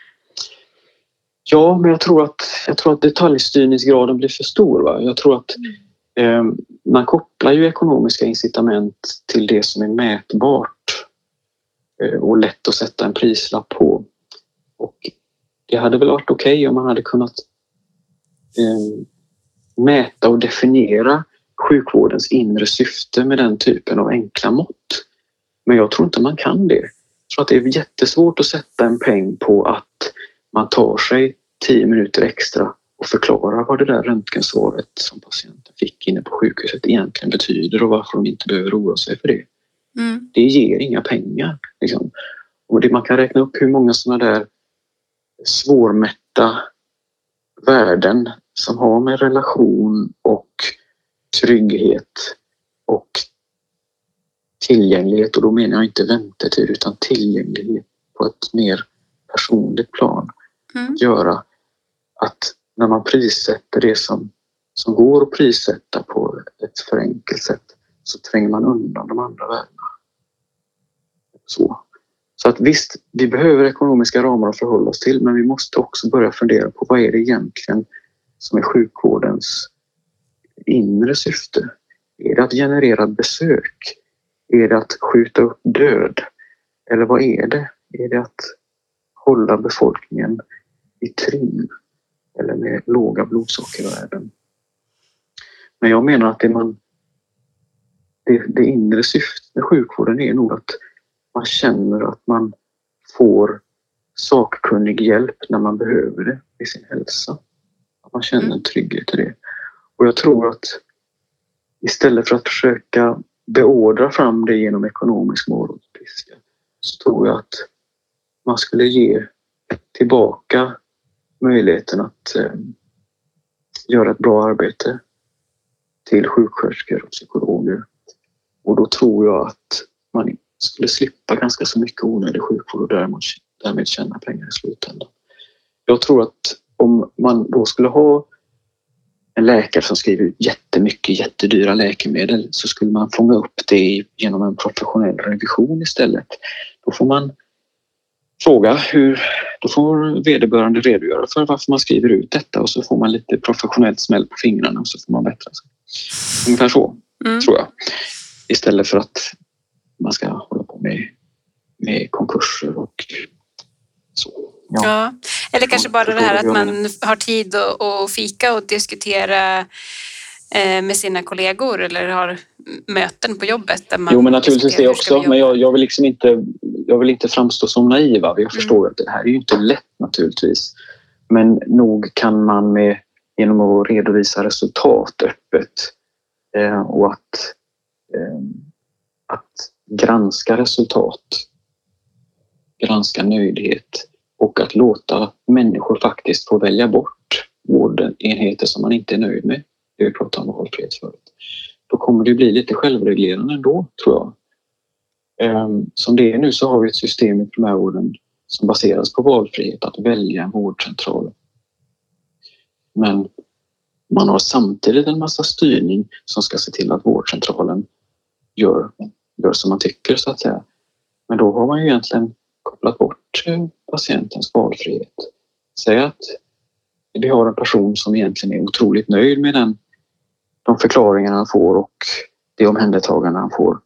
Ja, men jag tror att, jag tror att detaljstyrningsgraden blir för stor. Va? Jag tror att eh, man kopplar ju ekonomiska incitament till det som är mätbart eh, och lätt att sätta en prislapp på. Och det hade väl varit okej okay om man hade kunnat eh, mäta och definiera sjukvårdens inre syfte med den typen av enkla mått. Men jag tror inte man kan det. Jag tror att det är jättesvårt att sätta en peng på att man tar sig tio minuter extra och förklarar vad det där röntgensvaret som patienten fick inne på sjukhuset egentligen betyder och varför de inte behöver oroa sig för det. Mm. Det ger inga pengar. Liksom. Och det, man kan räkna upp hur många sådana där svårmätta värden som har med relation och trygghet och tillgänglighet, och då menar jag inte väntetid utan tillgänglighet på ett mer personligt plan, Mm. att göra att när man prissätter det som, som går att prissätta på ett för enkelt sätt, så tränger man undan de andra värdena. Så. Så att visst, vi behöver ekonomiska ramar att förhålla oss till, men vi måste också börja fundera på vad är det egentligen som är sjukvårdens inre syfte. Är det att generera besök? Är det att skjuta upp död? Eller vad är det? Är det att hålla befolkningen i trim eller med låga blodsockervärden? Men jag menar att det, man, det, det inre syftet med sjukvården är nog att man känner att man får sakkunnig hjälp när man behöver det i sin hälsa. Att man känner en trygghet i det. Och jag tror att istället för att försöka beordra fram det genom ekonomisk morotpiska, så tror jag att man skulle ge tillbaka möjligheten att eh, göra ett bra arbete till sjuksköterskor och psykologer. Och då tror jag att man skulle slippa ganska så mycket onödig sjukvård och därmed, därmed tjäna pengar i slutändan. Jag tror att om man då skulle ha en läkare som skriver ut jättemycket jättedyra läkemedel, så skulle man fånga upp det genom en professionell revision istället. Då får man fråga hur, då får vederbörande redogöra för varför man skriver ut detta, och så får man lite professionellt smäll på fingrarna och så får man bättra sig. Ungefär så, mm. tror jag. Istället för att man ska hålla på med, med konkurser och så. Ja. ja. Eller kanske bara det här att man har tid att fika och diskutera med sina kollegor eller har möten på jobbet. Där man jo, men naturligtvis det också. Men jag, jag, vill liksom inte, jag vill inte framstå som naiva. Jag förstår mm. att det här är ju inte lätt naturligtvis. Men nog kan man med, genom att redovisa resultat öppet eh, och att, eh, att granska resultat, granska nöjdhet och att låta människor faktiskt få välja bort vårdenheter som man inte är nöjd med. Det vi pratade om valfrihet förut. Då kommer det bli lite självreglerande ändå, tror jag. Som det är nu så har vi ett system i primärvården som baseras på valfrihet, att välja en vårdcentral. Men man har samtidigt en massa styrning som ska se till att vårdcentralen gör, gör som man tycker, så att säga. Men då har man ju egentligen kopplat bort patientens valfrihet. Säg att vi har en person som egentligen är otroligt nöjd med den, de förklaringar han får och det omhändertagande han får.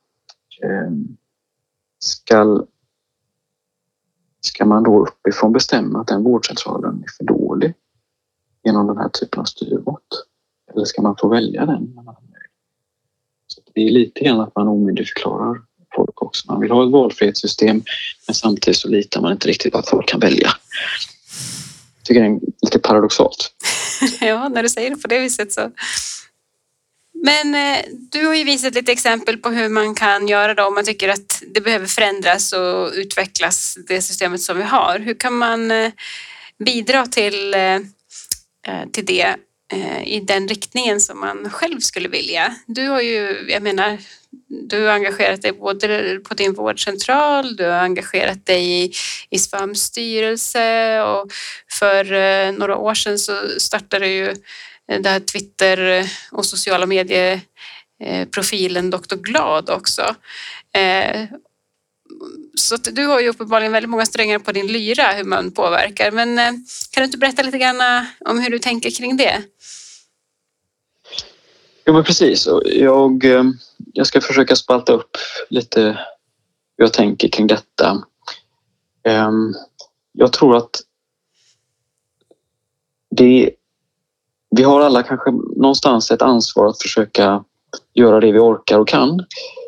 Ska, ska man då uppifrån bestämma att den vårdcentralen är för dålig genom den här typen av styrmått? Eller ska man få välja den när man är nöjd? Så det är lite grann att man omyndigförklarar folk också. Man vill ha ett valfrihetssystem, men samtidigt så litar man inte riktigt på att folk kan välja. Jag tycker det är lite paradoxalt. Ja, när du säger det på det viset så. Men eh, du har ju visat lite exempel på hur man kan göra då om man tycker att det behöver förändras och utvecklas, det systemet som vi har. Hur kan man eh, bidra till, eh, till det eh, i den riktningen som man själv skulle vilja? Du har ju, jag menar, du har engagerat dig både på din vårdcentral, du har engagerat dig i, i Svams styrelse och för eh, några år sedan så startade du ju det här Twitter och sociala medieprofilen doktor Glad också. Eh, så att du har ju uppenbarligen väldigt många strängar på din lyra hur man påverkar. Men eh, kan du inte berätta lite grann om hur du tänker kring det? Jo, men precis. Jag, jag ska försöka spalta upp lite hur jag tänker kring detta. Jag tror att det, vi har alla kanske någonstans ett ansvar att försöka göra det vi orkar och kan.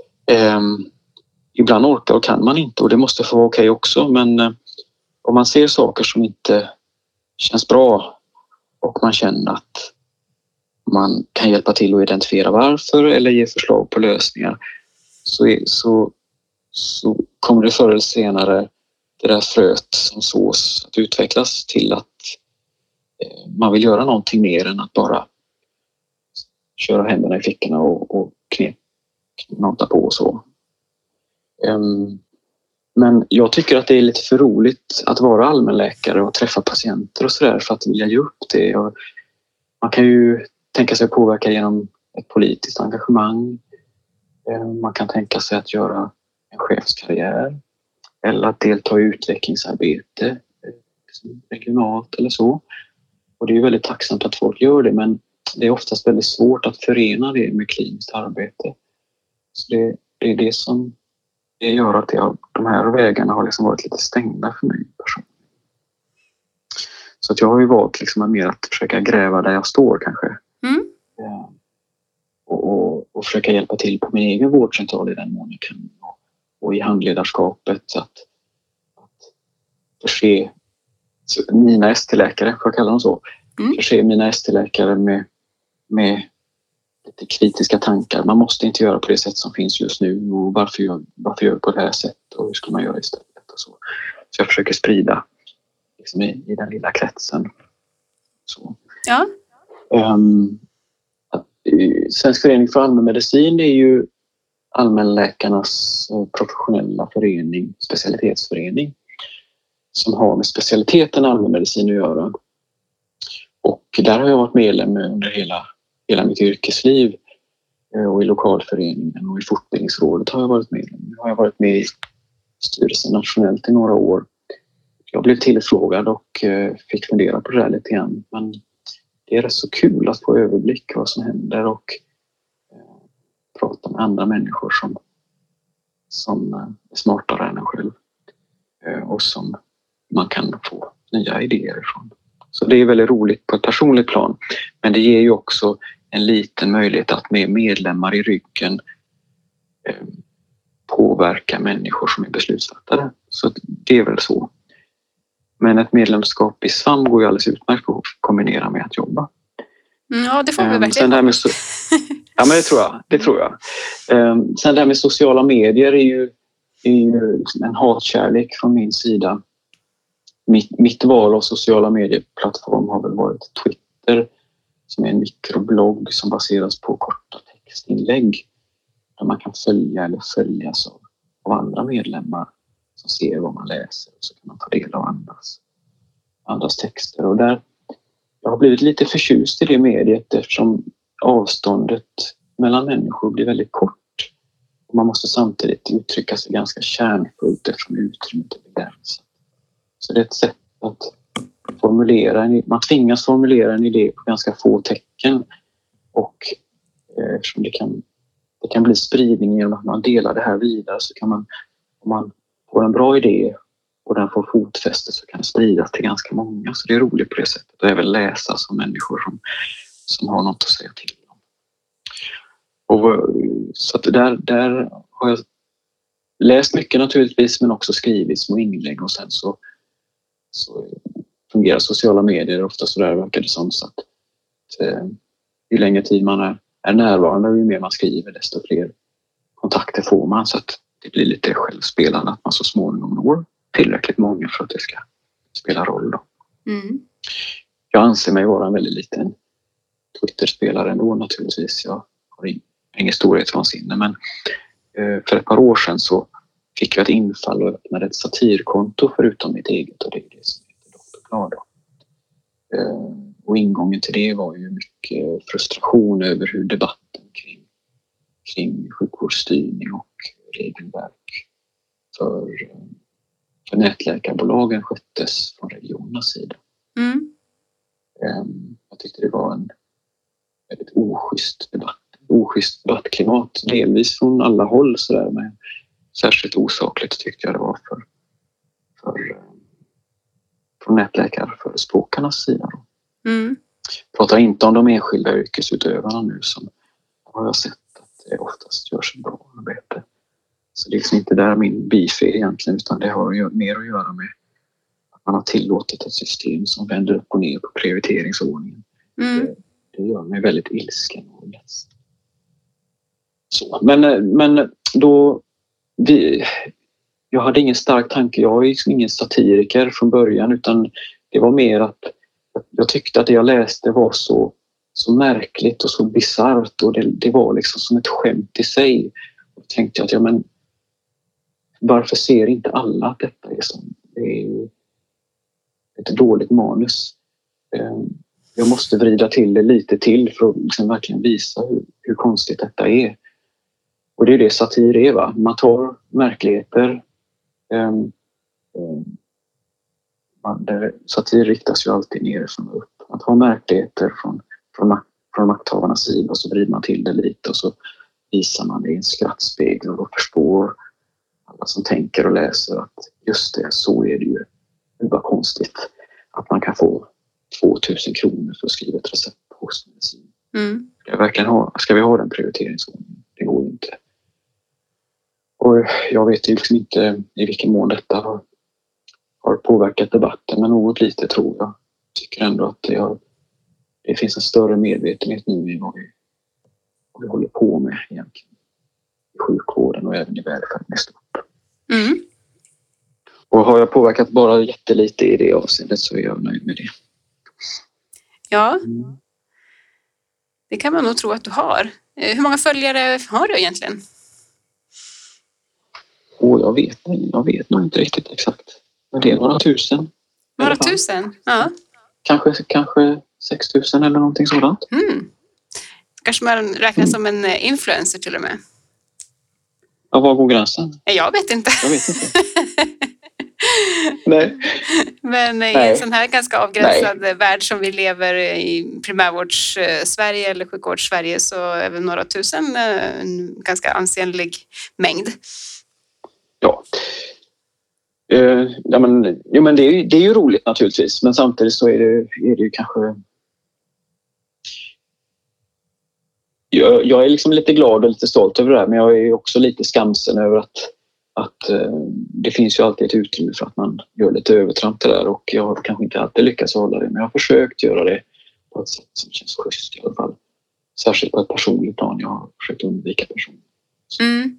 Ibland orkar och kan man inte och det måste få vara okej också. Men om man ser saker som inte känns bra och man känner att man kan hjälpa till att identifiera varför eller ge förslag på lösningar, så, är, så, så kommer det förr eller senare det där fröet som sås att utvecklas till att eh, man vill göra någonting mer än att bara köra händerna i fickorna och, och knep, knata på och så. Um, men jag tycker att det är lite för roligt att vara allmänläkare och träffa patienter och sådär för att vilja ge upp det. Jag, man kan ju tänka sig att påverka genom ett politiskt engagemang. Man kan tänka sig att göra en chefskarriär eller att delta i utvecklingsarbete regionalt eller så. Och det är väldigt tacksamt att folk gör det, men det är oftast väldigt svårt att förena det med kliniskt arbete. Så det, det är det som det gör att det, de här vägarna har liksom varit lite stängda för mig personligen. Så att jag har ju valt liksom mer att försöka gräva där jag står kanske. Mm. Ja. Och, och, och försöka hjälpa till på min egen vårdcentral i den mån jag kan. Och, och i handledarskapet att, att förse mina S T-läkare, får jag kalla dem så, mm. förse mina S T-läkare med, med lite kritiska tankar. Man måste inte göra på det sätt som finns just nu, och varför gör, varför gör på det här sättet och hur ska man göra istället och så. Så jag försöker sprida liksom i, i den lilla kretsen. Så. Ja. Um, Svensk förening för allmänmedicin är ju allmänläkarnas professionella förening, specialitetsförening, som har med specialiteten allmänmedicin att göra. Och där har jag varit medlem under hela, hela mitt yrkesliv, och i lokalföreningen och i fortbildningsrådet har jag varit medlem. Nu har jag varit med i styrelsen nationellt i några år. Jag blev tillfrågad och fick fundera på det här lite grann, men det är rätt så kul att få överblick vad som händer och eh, prata med andra människor som, som är smartare än en själv, eh, och som man kan få nya idéer ifrån. Så det är väldigt roligt på ett personligt plan, men det ger ju också en liten möjlighet att med medlemmar i ryggen eh, påverka människor som är beslutsfattare. Så det är väl så. Men ett medlemskap i S V A M går ju alldeles utmärkt att kombinera med att jobba. Ja, det får vi verkligen. Sen det här med so- ja, men det tror jag. Det tror jag. Sen det här med sociala medier är ju, är ju en hatkärlek från min sida. Mitt, mitt val av sociala medieplattform har väl varit Twitter, som är en mikroblogg som baseras på korta textinlägg där man kan följa eller följas av, av andra medlemmar som ser vad man läser, och så kan man ta del av andras, andras texter. Och där, jag har blivit lite förtjust i det mediet eftersom avståndet mellan människor blir väldigt kort. Och man måste samtidigt uttrycka sig ganska kärnfullt eftersom utrymmet är begränsat. Så det är ett sätt att formulera en, man tvingas formulera en idé på ganska få tecken, och eh, eftersom det kan, det kan bli spridning genom att man delar det här vidare, så kan man, om man får en bra idé och den får fotfäste, så kan det spridas till ganska många. Så det är roligt på det sättet, och även läsa som människor som, som har något att säga till om. Och, så att där, där har jag läst mycket naturligtvis, men också skrivit små inlägg, och sen så, så fungerar sociala medier ofta så där, verkar det som, så att eh, ju längre tid man är, är närvarande och ju mer man skriver, desto fler kontakter får man, så att det blir lite självspelande att man så småningom når tillräckligt många för att det ska spela roll då. Mm. Jag anser mig vara en väldigt liten Twitter-spelare ändå naturligtvis. Jag har ingen storhetsvansinne, men för ett par år sedan så fick jag ett infall och öppnade ett satirkonto förutom mitt eget, och det är det som heter doktor Glad. Och ingången till det var ju mycket frustration över hur debatten kring, kring sjukvårdsstyrning och regelverk för, för nätläkarbolagen sköttes från regionernas sida. Mm. Jag tyckte det var en väldigt oschysst debatt, oschysst debattklimat, delvis från alla håll så där, men särskilt osakligt tyckte jag det var för, för från nätläkarförespråkarnas sida. Mm. Pratar inte om de enskilda yrkesutövarna nu, som har jag sett att det oftast görs ett bra arbete. Så det är liksom inte där min beef är egentligen, utan det har mer att göra med att man har tillåtit ett system som vänder upp och ner på prioriteringsordningen. Mm. Det, det gör mig väldigt ilsken och ledsen. Så, men, men då vi, jag hade ingen stark tanke, jag är liksom ingen satiriker från början, utan det var mer att jag tyckte att det jag läste var så, så märkligt och så bizarrt, och det, det var liksom som ett skämt i sig. Och tänkte jag att ja, men varför ser inte alla att detta är som det är ett dåligt manus? Jag måste vrida till det lite till för att liksom verkligen visa hur, hur konstigt detta är. Och det är det satir är, va? Man tar märkligheter. Um, um, man, det, satir riktas ju alltid nerifrån och upp. Man tar märkligheter från, från, mak, från makthavarnas sida, och så vrider man till det lite, och så visar man det i en skrattspegel, och då förstår alla som tänker och läser att just det, så är det ju. Det är bara konstigt att man kan få tvåtusen kronor för att skriva ett recept på hostmedicin. Mm. Ska, jag verkligen ha, ska vi ha den prioriteringsordningen? Det går ju inte. Och jag vet ju liksom inte i vilken mån detta har, har påverkat debatten, men något lite tror jag. Jag tycker ändå att det, har, det finns en större medvetenhet nu i vad vi, vad vi håller på med egentligen. I sjukvården och även i välfärden i stort. Mm. Och har jag påverkat bara jättelite i det avseendet så är jag nöjd med det. Ja, Mm. det kan man nog tro att du har. Hur många följare har du egentligen? Och jag vet, jag vet nog inte riktigt exakt. Men det är några tusen. Några tusen? Ja. Kanske, kanske sex tusen eller någonting sådant. Mm. Kanske man räknas som en influencer till och med. Ja, var går gränsen? Jag vet inte. Jag vet inte. Nej. Men i Nej. en sån här ganska avgränsad Nej. värld som vi lever i, primärvårds-Sverige eller sjukvårds-Sverige, så är väl några tusen en ganska ansenlig mängd. Ja. Uh, ja men, ja, men det, är ju, det är ju roligt naturligtvis, men samtidigt så är det, är det ju kanske... Jag, jag är liksom lite glad och lite stolt över det här, men jag är också lite skamsen över att, att uh, det finns ju alltid ett utrymme för att man gör lite övertramp det där, och jag har kanske inte alltid lyckats hålla det, men jag har försökt göra det på ett sätt som känns schysst i alla fall. Särskilt på ett personligt plan. Jag har försökt undvika personer. Mm.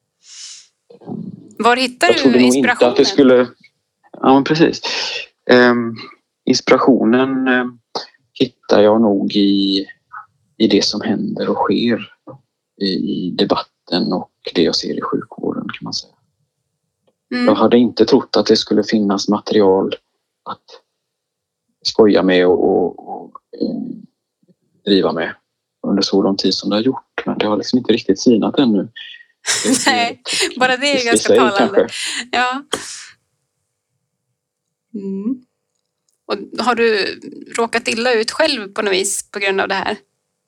Var hittar jag du inspirationen? Inte att det skulle... Ja, men precis. Um, inspirationen um, hittar jag nog i, i det som händer och sker i, i debatten och det jag ser i sjukvården, kan man säga. Mm. Jag hade inte trott att det skulle finnas material att skoja med och, och, och um, driva med under så lång tid som det har gjort. Men det har liksom inte riktigt sinat ännu. Nej, bara det är ju ganska talande. Kanske. Ja. Mm. Och har du råkat illa ut själv på något vis på grund av det här?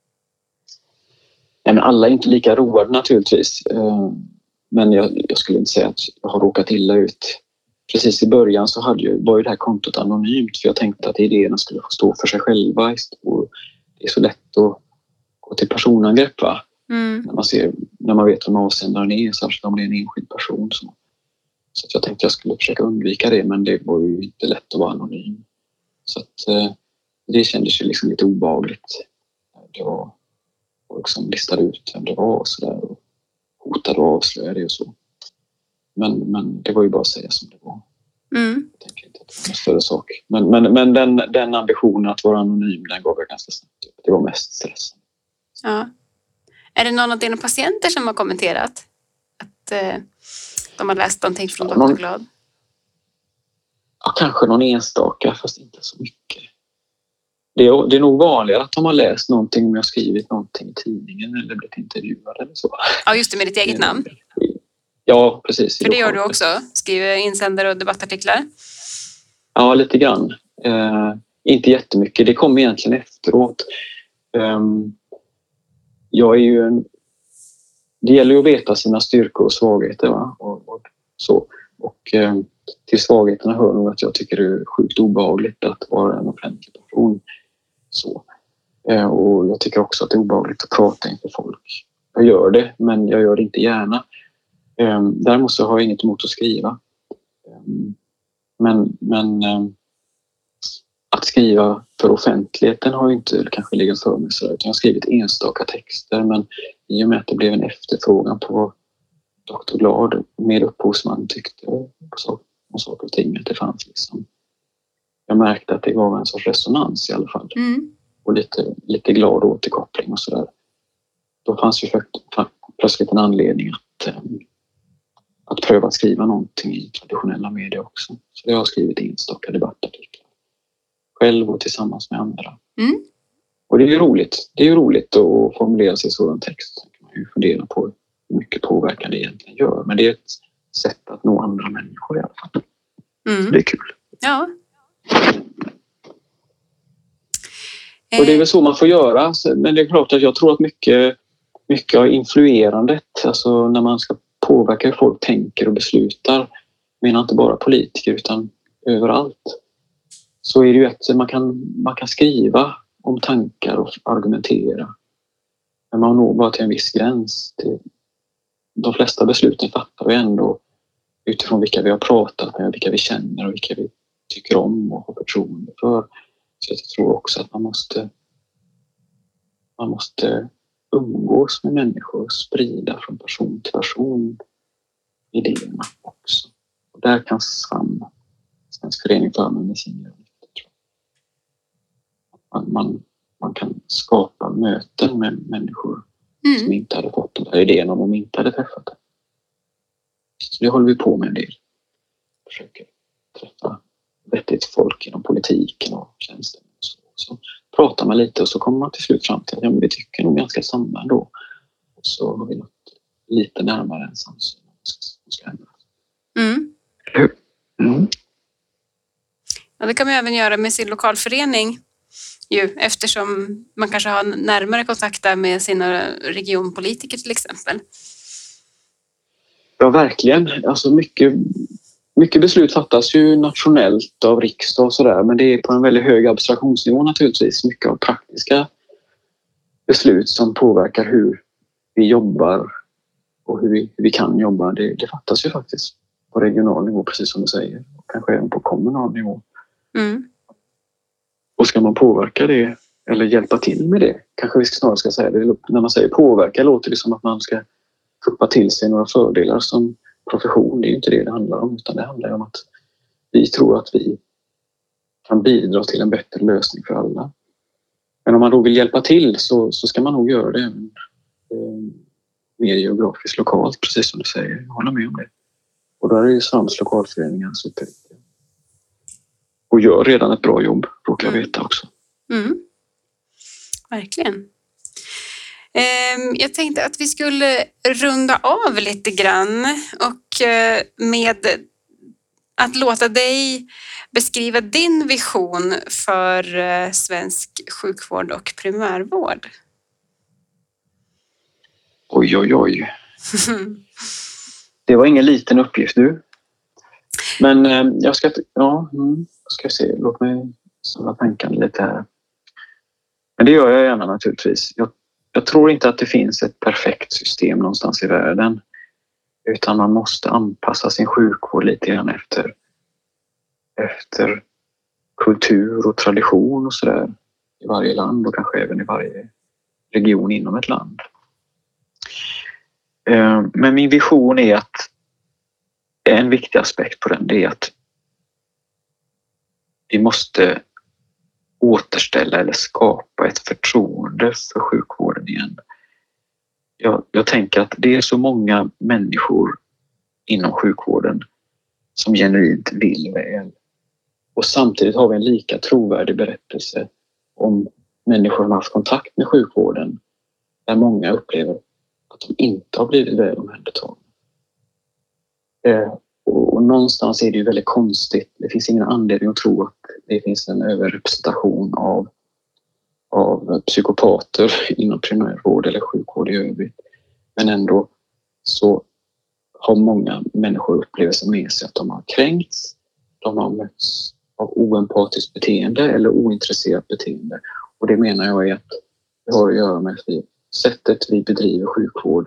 Nej, men alla är inte lika roade naturligtvis. Men jag, jag skulle inte säga att jag har råkat illa ut. Precis i början så hade ju, var ju det här kontot anonymt, för jag tänkte att idéerna skulle få stå för sig själva. Och det är så lätt att gå till personangrepp, va? Mm. När, man ser, när man vet vem avsändaren är, särskilt om det är en enskild person. Så, så att jag tänkte att jag skulle försöka undvika det, men det var ju inte lätt att vara anonym. Så att, eh, det kändes ju liksom lite obehagligt. Det var folk som listade ut vem det var och sådär, och hotade och avslöjade det och så. Men, men det var ju bara att säga som det var. Mm. Jag tänker inte att det var en större sak. Men, men, men den, den ambitionen att vara anonym, den gav jag ganska snabbt upp. Det var mest stress. Ja. Är det någon av dina patienter som har kommenterat att eh, de har läst någonting från ja, doktor Glad? Ja, kanske någon enstaka, fast inte så mycket. Det är, det är nog vanligare att de har läst någonting om jag skrivit någonting i tidningen eller blivit intervjuad eller så. Ja, just det, med ditt eget namn. Ja, precis. För det gör du också? Skriver insändare och debattartiklar? Ja, lite grann. Eh, inte jättemycket. Det kom egentligen efteråt. Um, jag är ju en... Det gäller ju att veta sina styrkor och svagheter, va? Och, och så. Och eh, till svagheterna hör nog att jag tycker det är sjukt obehagligt att vara en offentlig person. Så. Eh, och jag tycker också att det är obehagligt att prata inför folk. Jag gör det, men jag gör det inte gärna. Eh, däremot så har jag inget emot att skriva. Eh, men men eh, att skriva för offentligheten har ju inte kanske legat för mig så, utan jag har skrivit enstaka texter, men i och med att det blev en efterfrågan på doktor Glad med upphovsman tyckte på saker och ting att det fanns liksom. Jag märkte att det gav en sorts resonans i alla fall. Mm. Och lite, lite glad återkoppling och sådär. Då fanns ju plötsligt en anledning att, att pröva att skriva någonting i traditionella medier också. Så jag har skrivit enstaka debattartiklar. Själv och tillsammans med andra. Mm. Och det är ju roligt. Det är ju roligt att formulera sig i sådan text. Så kan man ju fundera på hur mycket påverkan det egentligen gör. Men det är ett sätt att nå andra människor i alla fall. Mm. Det är kul. Ja. Och det är väl så man får göra. Men det är klart att jag tror att mycket, mycket av influerandet, alltså när man ska påverka hur folk tänker och beslutar, menar inte bara politiker utan överallt, så är det ju att man kan, man kan skriva om tankar och argumentera. Men man når bara till en viss gräns. De flesta besluten fattar vi ändå utifrån vilka vi har pratat med, vilka vi känner och vilka vi tycker om och har förtroende för. Så jag tror också att man måste man måste umgås med människor och sprida från person till person idéerna också. Och där kan SVAM, Svensk förening för allmänmedicin, göra nytta. Man, man, man kan skapa möten med människor mm. som inte hade fått den här idén om de inte hade träffat det. Så det håller vi på med en del. Försöker träffa vettigt folk inom politiken och tjänsten. Och så. så pratar man lite och så kommer man till slut fram till att ja, men vi tycker nog ganska samma ändå. Och så har vi något lite närmare en samsyn som ska ändras. Mm. Mm. Ja, det kan man även göra med sin lokalförening ju, eftersom man kanske har närmare kontakt där med sina regionpolitiker till exempel. Ja, verkligen. Alltså mycket, mycket beslut fattas ju nationellt av riksdag och sådär, men det är på en väldigt hög abstraktionsnivå naturligtvis. Mycket av praktiska beslut som påverkar hur vi jobbar och hur vi, hur vi kan jobba, det, det fattas ju faktiskt på regional nivå, precis som du säger, och kanske även på kommunal nivå. Mm. Och ska man påverka det eller hjälpa till med det, kanske vi snarare ska säga det, när man säger påverka låter det som att man ska kuppa till sig några fördelar som profession. Det är ju inte det det handlar om, utan det handlar om att vi tror att vi kan bidra till en bättre lösning för alla. Men om man då vill hjälpa till så, så ska man nog göra det även eh, mer geografiskt lokalt, precis som du säger. Jag håller med om det. Och där är ju SVAMs lokalföreningar superviktiga. Och gör redan ett bra jobb, råkar jag veta också. Mm. Verkligen. Jag tänkte att vi skulle runda av lite grann och med att låta dig beskriva din vision för svensk sjukvård och primärvård. Oj, oj, oj. Det var ingen liten uppgift du. Men jag ska, ja, ska se, låt mig samla tankarna lite här. Men det gör jag gärna naturligtvis. Jag Jag tror inte att det finns ett perfekt system någonstans i världen, utan man måste anpassa sin sjukvård lite grann efter, efter kultur och tradition och sådär i varje land och kanske även i varje region inom ett land. Men min vision är att en viktig aspekt på den, det är att vi måste återställa eller skapa ett förtroende för sjukvården igen. Jag, jag tänker att det är så många människor inom sjukvården som genuint vill väl. Och samtidigt har vi en lika trovärdig berättelse om människor som har haft kontakt med sjukvården där många upplever att de inte har blivit väl omhändertagna. Eh, Och någonstans är det ju väldigt konstigt. Det finns ingen anledning att tro att det finns en överrepresentation av, av psykopater inom primärvård eller sjukvård i övrigt. Men ändå så har många människor upplevelsen med sig att de har kränkts. De har mötts av oempatiskt beteende eller ointresserat beteende. Och det menar jag är att det har att göra med att vi, sättet vi bedriver sjukvård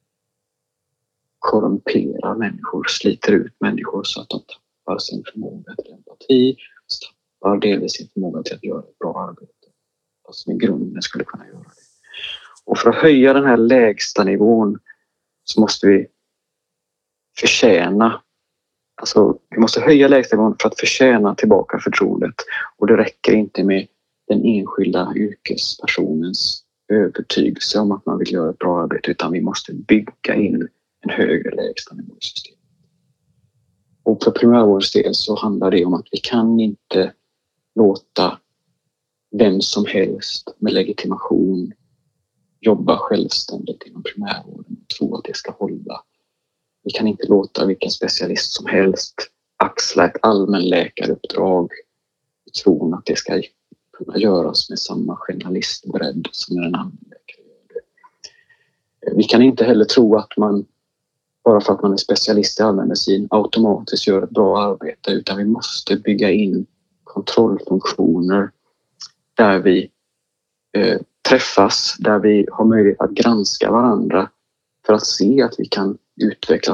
korrumperar människor, sliter ut människor så att de tappar sin förmåga till empati, tappar delvis sin förmåga till att göra ett bra arbete. Fast som i grunden skulle kunna göra det. Och för att höja den här lägsta nivån så måste vi förtjäna, alltså vi måste höja lägsta nivån för att förtjäna tillbaka förtroendet. Och det räcker inte med den enskilda yrkespersonens övertygelse om att man vill göra ett bra arbete, utan vi måste bygga in en högre lägsta nivå i systemet. Och för primärvårdens del så handlar det om att vi kan inte låta vem som helst med legitimation jobba självständigt inom primärvården och tro att det ska hålla. Vi kan inte låta vilken specialist som helst axla ett allmänläkaruppdrag i tron att det ska kunna göras med samma generalistbredd som en allmänläkare gör det. Vi kan inte heller tro att man bara för att man är specialist i allmänmedicin automatiskt gör ett bra arbete, utan vi måste bygga in kontrollfunktioner där vi eh, träffas, där vi har möjlighet att granska varandra för att se att vi kan utvecklas och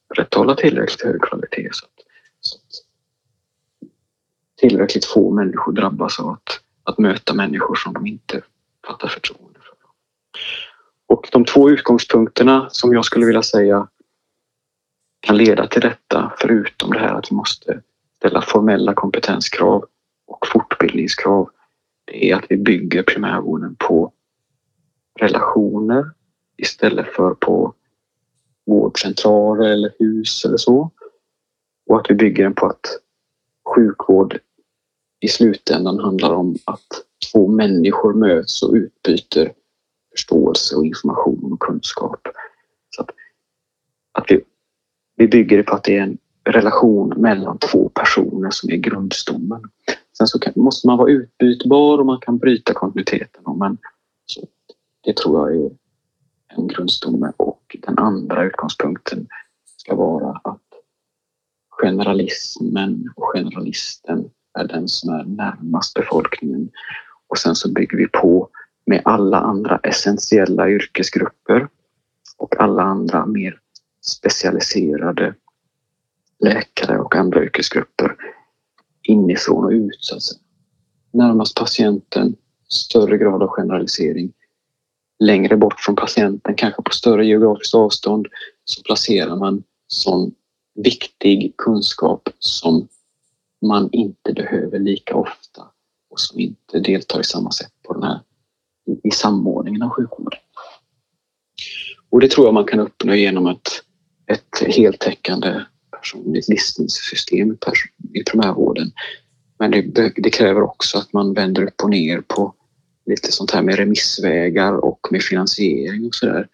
upprätthålla tillräckligt hög kvalitet så att, så att tillräckligt få människor drabbas av att, att möta människor som de inte fattar förtroende för. Och de två utgångspunkterna som jag skulle vilja säga kan leda till detta, förutom det här att vi måste ställa formella kompetenskrav och fortbildningskrav, det är att vi bygger primärvården på relationer istället för på vårdcentraler eller hus eller så. Och att vi bygger den på att sjukvård i slutändan handlar om att två människor möts och utbyter förståelse och information och kunskap. Så att, att vi, vi bygger det på att det är en relation mellan två personer som är grundstommen. Sen så kan, måste man vara utbytbar och man kan bryta kontinuiteten. Men så, det tror jag är en grundstomme. Och den andra utgångspunkten ska vara att generalismen och generalisten är den som är närmast befolkningen. Och sen så bygger vi på med alla andra essentiella yrkesgrupper och alla andra mer specialiserade läkare och andra yrkesgrupper inifrån och ut. Så att säga. Närmast patienten, större grad av generalisering. Längre bort från patienten, kanske på större geografiskt avstånd, så placerar man sån viktig kunskap som man inte behöver lika ofta och som inte deltar i samma sätt på den här i samordningen av sjukvården. Och det tror jag man kan uppnå genom ett, ett heltäckande personligt listningssystem i primärvården. Men det, det kräver också att man vänder upp och ner på lite sånt här med remissvägar och med finansiering och sådär.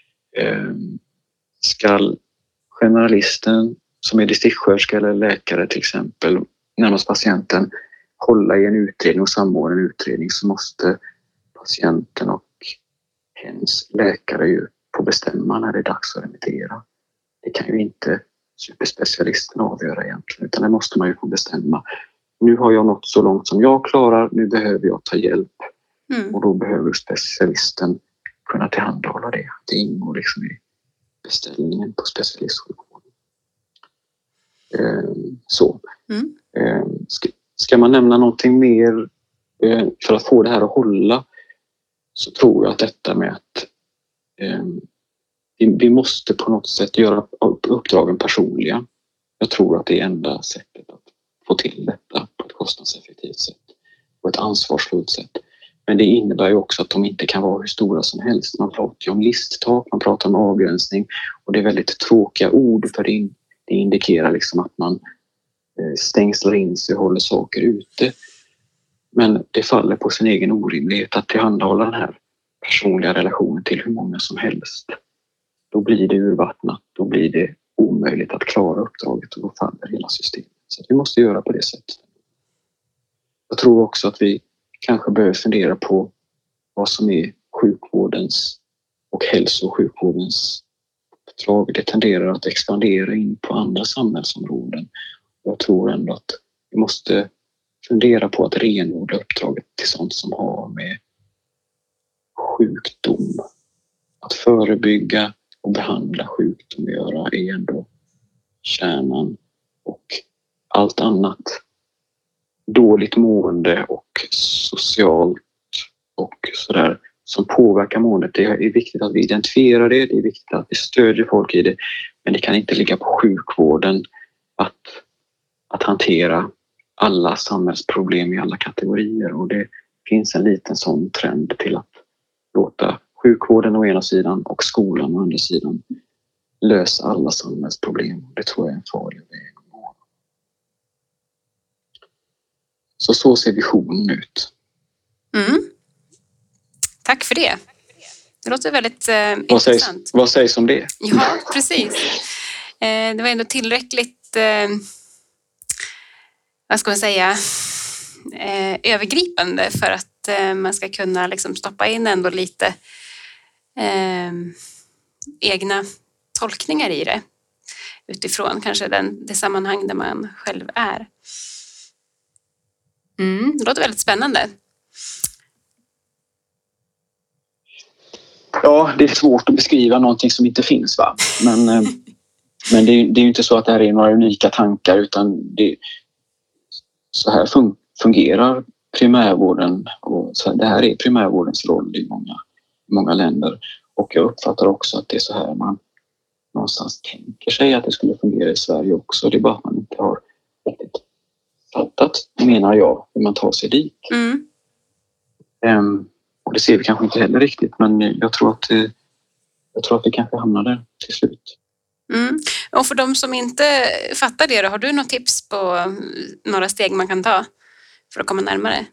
Ska generalisten som är distriktssköterska eller läkare till exempel närmast patienten hålla i en utredning och samordna en utredning, så måste patienten och hens läkare ju få bestämma när det är dags att remittera. Det kan ju inte superspecialisten avgöra egentligen, utan det måste man ju få bestämma. Nu har jag nått så långt som jag klarar, nu behöver jag ta hjälp. Mm. Och då behöver specialisten kunna tillhandahålla det. Det ingår liksom i beställningen på specialistsjukvården. Ehm, så. Mm. Ehm, ska, ska man nämna någonting mer eh, för att få det här att hålla, så tror jag att detta med att eh, vi, vi måste på något sätt göra uppdragen personliga. Jag tror att det är enda sättet att få till detta på ett kostnadseffektivt sätt. På ett ansvarsfullt sätt. Men det innebär ju också att de inte kan vara hur stora som helst. Man pratar ju om listtak, man pratar om avgränsning. Och det är väldigt tråkiga ord, för det, det indikerar liksom att man stängslar in sig och håller saker ute. Men det faller på sin egen orimlighet att tillhandahålla den här personliga relationen till hur många som helst. Då blir det urvattnat, då blir det omöjligt att klara uppdraget och då faller hela systemet. Så vi måste göra på det sättet. Jag tror också att vi kanske behöver fundera på vad som är sjukvårdens och hälso- och sjukvårdens uppdrag. Det tenderar att expandera in på andra samhällsområden. Jag tror ändå att vi måste fundera på att renodla uppdraget till sånt som har med sjukdom, att förebygga och behandla sjukdom att göra, är ändå kärnan. Och allt annat, dåligt mående och socialt och sådär, som påverkar måendet, det är viktigt att vi identifierar det, det är viktigt att vi stödjer folk i det, men det kan inte ligga på sjukvården att, att hantera alla samhällsproblem i alla kategorier. Och det finns en liten sån trend till att låta sjukvården å ena sidan och skolan å andra sidan lösa alla samhällsproblem. Det tror jag är en farlig väg att gå. Så så ser visionen ut. Mm. Tack för det. Det låter väldigt eh, vad intressant. Sägs, vad sägs om det? Ja, precis. Eh, det var ändå tillräckligt, eh, vad ska man säga, eh, övergripande för att eh, man ska kunna liksom stoppa in ändå lite eh, egna tolkningar i det. Utifrån kanske den, det sammanhang där man själv är. Mm, det låter väldigt spännande. Ja, det är svårt att beskriva någonting som inte finns, va? Men, Men det är, det är ju inte så att det här är några unika tankar, utan det, så här fun, fungerar primärvården, och så här, det här är primärvårdens roll i många, många länder. Och jag uppfattar också att det är så här man någonstans tänker sig att det skulle fungera i Sverige också. Det är bara att man inte har riktigt fattat, menar jag, hur man tar sig dit. Mm. Um, och det ser vi kanske inte heller riktigt, men jag tror att, uh, jag tror att vi kanske hamnar där till slut. Mm. Och för de som inte fattar det, då, har du något tips på några steg man kan ta för att komma närmare?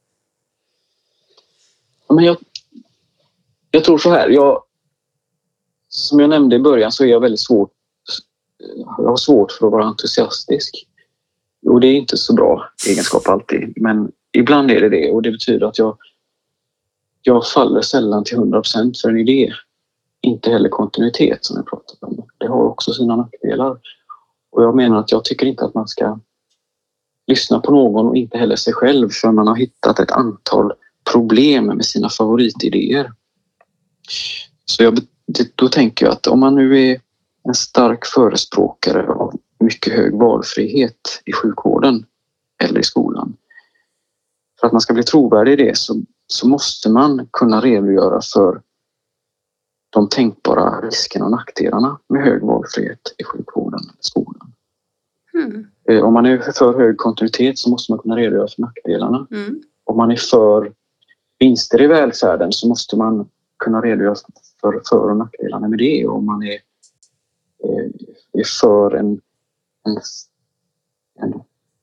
Ja, men jag, jag tror så här, jag, som jag nämnde i början så är jag väldigt svårt, jag har svårt för att vara entusiastisk. Och det är inte så bra egenskap alltid, men ibland är det det, och det betyder att jag, jag faller sällan till hundra procent för en idé. Inte heller kontinuitet som jag pratat om. Det har också sina nackdelar. Och jag menar att jag tycker inte att man ska lyssna på någon och inte heller sig själv för man har hittat ett antal problem med sina favoritidéer. Så jag, då tänker jag att om man nu är en stark förespråkare av mycket hög valfrihet i sjukvården eller i skolan, för att man ska bli trovärdig i det så, så måste man kunna redogöra för de tänkbara riskerna och nackdelarna med hög valfrihet i sjukvården eller skolan. Mm. Om man är för hög kontinuitet så måste man kunna redogöra för nackdelarna. Mm. Om man är för vinster i välfärden så måste man kunna redogöra för för- och nackdelarna med det. Och om man är, är för en, en, en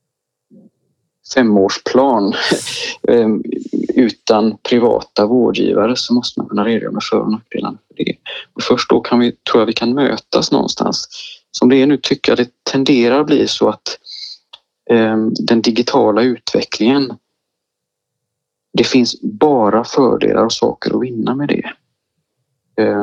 femårsplan utan privata vårdgivare så måste man kunna redogöra med för- och nackdelarna för det. Och först då kan vi, tror jag vi kan mötas någonstans. Som det är nu tycker jag det tenderar att bli så att eh, den digitala utvecklingen, det finns bara fördelar och saker att vinna med det. Eh,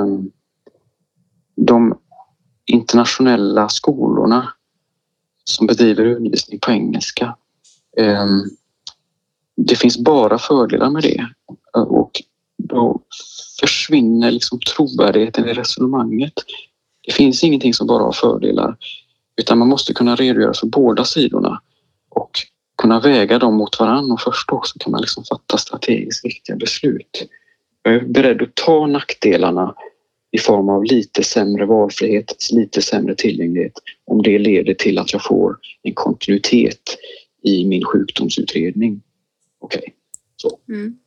de internationella skolorna som bedriver undervisning på engelska, eh, det finns bara fördelar med det, och då försvinner liksom trovärdigheten i resonemanget. Det finns ingenting som bara har fördelar, utan man måste kunna redogöra för båda sidorna och kunna väga dem mot varandra, och först då så kan man liksom fatta strategiskt viktiga beslut. Jag är beredd att ta nackdelarna i form av lite sämre valfrihet, lite sämre tillgänglighet, om det leder till att jag får en kontinuitet i min sjukdomsutredning. Okej, okay. Så. Mm.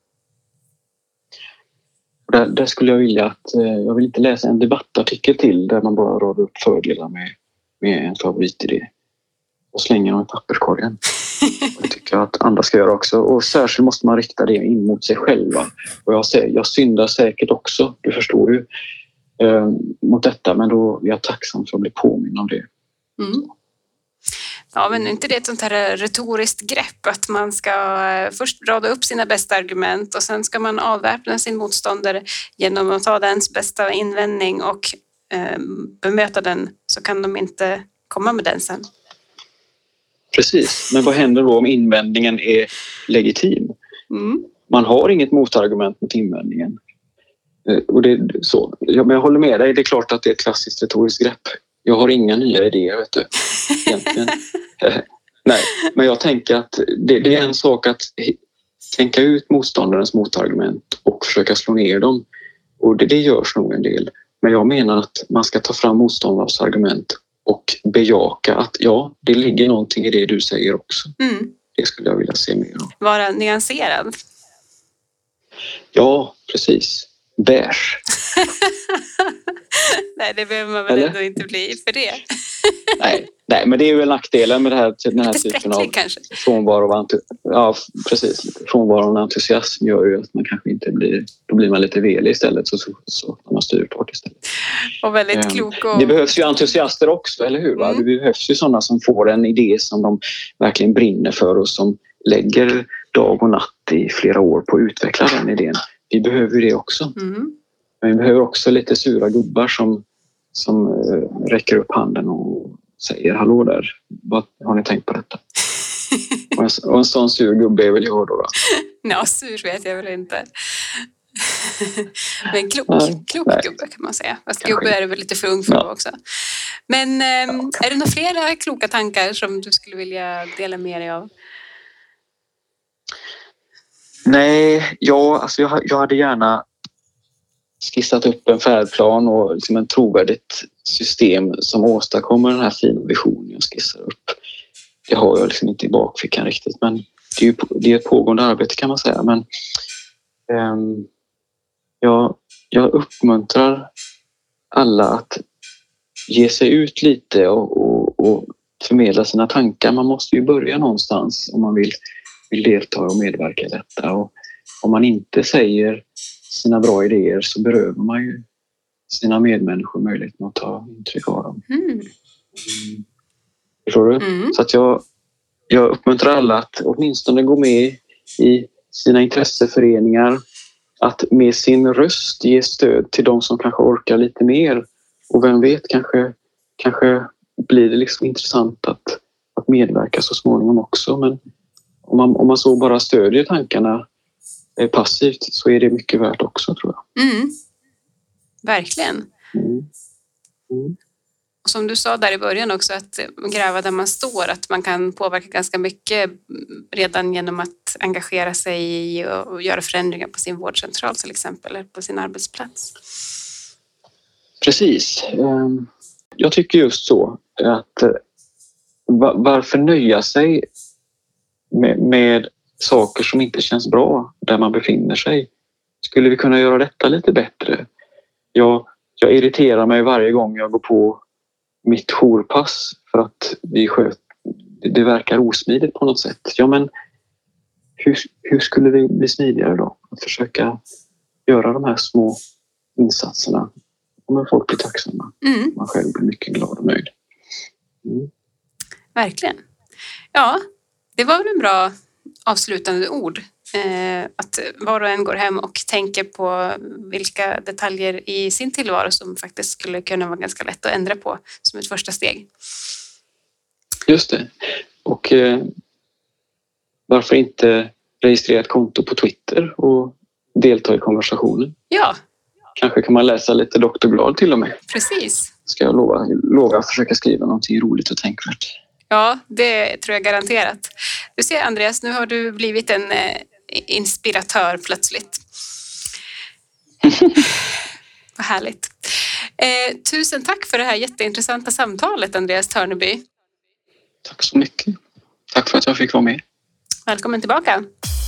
Där, där skulle jag vilja att, eh, jag vill inte läsa en debattartikel till där man bara radar upp fördelar med, med en favoritidé och slänger dem i papperskorgen. Och det tycker jag att andra ska göra också. Och särskilt måste man rikta det in mot sig själva. Och jag, säger, jag syndar säkert också, du förstår ju, eh, mot detta, men då är jag tacksam för att bli påminn om det. Mm. Ja, men inte det ett sånt här retoriskt grepp att man ska först rada upp sina bästa argument och sen ska man avväpna sin motståndare genom att ta dens bästa invändning och eh, bemöta den, så kan de inte komma med den sen. Precis, men vad händer då om invändningen är legitim? Mm. Man har inget motargument mot invändningen. Och det, så. Ja, men jag håller med dig, det är klart att det är ett klassiskt retoriskt grepp. Jag har inga nya idéer, vet du. Egentligen. Nej, men jag tänker att det, det är en sak att tänka ut motståndarens motargument och försöka slå ner dem. Och det, det görs nog en del. Men jag menar att man ska ta fram motståndarens argument och bejaka att ja, det ligger någonting i det du säger också. Mm. Det skulle jag vilja se mer om. Vara nyanserad. Ja, precis. Beige. Nej, det behöver man väl Eller? ändå inte bli för det. nej, nej, men det är ju en nackdelen med det här, den här lite typen av kanske. frånvaro av entu- ja, precis. Frånvaro av entusiasm gör ju att man kanske inte blir, då blir man lite velig istället, så, så, så man styr på det istället. Och väldigt um, klok. Och... Det behövs ju entusiaster också, eller hur? Va? Mm. Det behövs ju sådana som får en idé som de verkligen brinner för och som lägger dag och natt i flera år på att utveckla den idén. Vi behöver ju det också. Mm. Men vi behöver också lite sura gubbar som, som äh, räcker upp handen och säger hallå där. Vad har ni tänkt på detta? och, en, och en sån sur gubbe är väl jag då? då? Ja, sur vet jag väl inte. Men klok, nej, klok nej. gubbe kan man säga. Fast Kanske. Gubbe är det väl lite för ung för ja. också. Men eh, är det några flera kloka tankar som du skulle vilja dela med dig av? Nej, ja, alltså jag, jag hade gärna skissat upp en färdplan och liksom en trovärdigt system som åstadkommer den här fina visionen jag skissar upp. Det har jag liksom inte i bakfickan riktigt, men det är ju det är ett pågående arbete kan man säga. Men um, jag, jag uppmuntrar alla att ge sig ut lite och, och, och förmedla sina tankar. Man måste ju börja någonstans om man vill, vill delta och medverka i detta. Och om man inte säger sina bra idéer så berövar man ju sina medmänniskor möjligheten att ta intryck av dem. Mm. Mm. Förstår du? Mm. Så att jag, jag uppmuntrar alla att åtminstone gå med i sina intresseföreningar, att med sin röst ge stöd till de som kanske orkar lite mer. Och vem vet, kanske, kanske blir det liksom intressant att, att medverka så småningom också. Men om man, om man så bara stödjer tankarna passivt så är det mycket värt också, tror jag. Mm. Verkligen. Mm. Mm. Och som du sa där i början också, att gräva där man står, att man kan påverka ganska mycket redan genom att engagera sig i och göra förändringar på sin vårdcentral till exempel, eller på sin arbetsplats. Precis. Jag tycker just så att varför nöja sig med, med saker som inte känns bra där man befinner sig? Skulle vi kunna göra detta lite bättre? Jag, jag irriterar mig varje gång jag går på mitt jourpass för att vi sköt, det verkar osmidigt på något sätt. Ja, men hur, hur skulle det bli smidigare då? Att försöka göra de här små insatserna. Om folk blir tacksamma. Mm. Man själv blir mycket glad och nöjd. Mm. Verkligen. Ja, det var väl en bra avslutande ord. Eh, att var och en går hem och tänker på vilka detaljer i sin tillvaro som faktiskt skulle kunna vara ganska lätt att ändra på som ett första steg. Just det. Och eh, varför inte registrera ett konto på Twitter och delta i konversationen? Ja. Kanske kan man läsa lite doktor Glad till och med. Precis. Ska jag lova, lova att försöka skriva någonting roligt och tänkvärt. Ja, det tror jag garanterat. Du ser Andreas, nu har du blivit en eh, inspiratör plötsligt. Vad härligt. Eh, tusen tack för det här jätteintressanta samtalet, Andreas Törneby. Tack så mycket. Tack för att jag fick vara med. Välkommen tillbaka.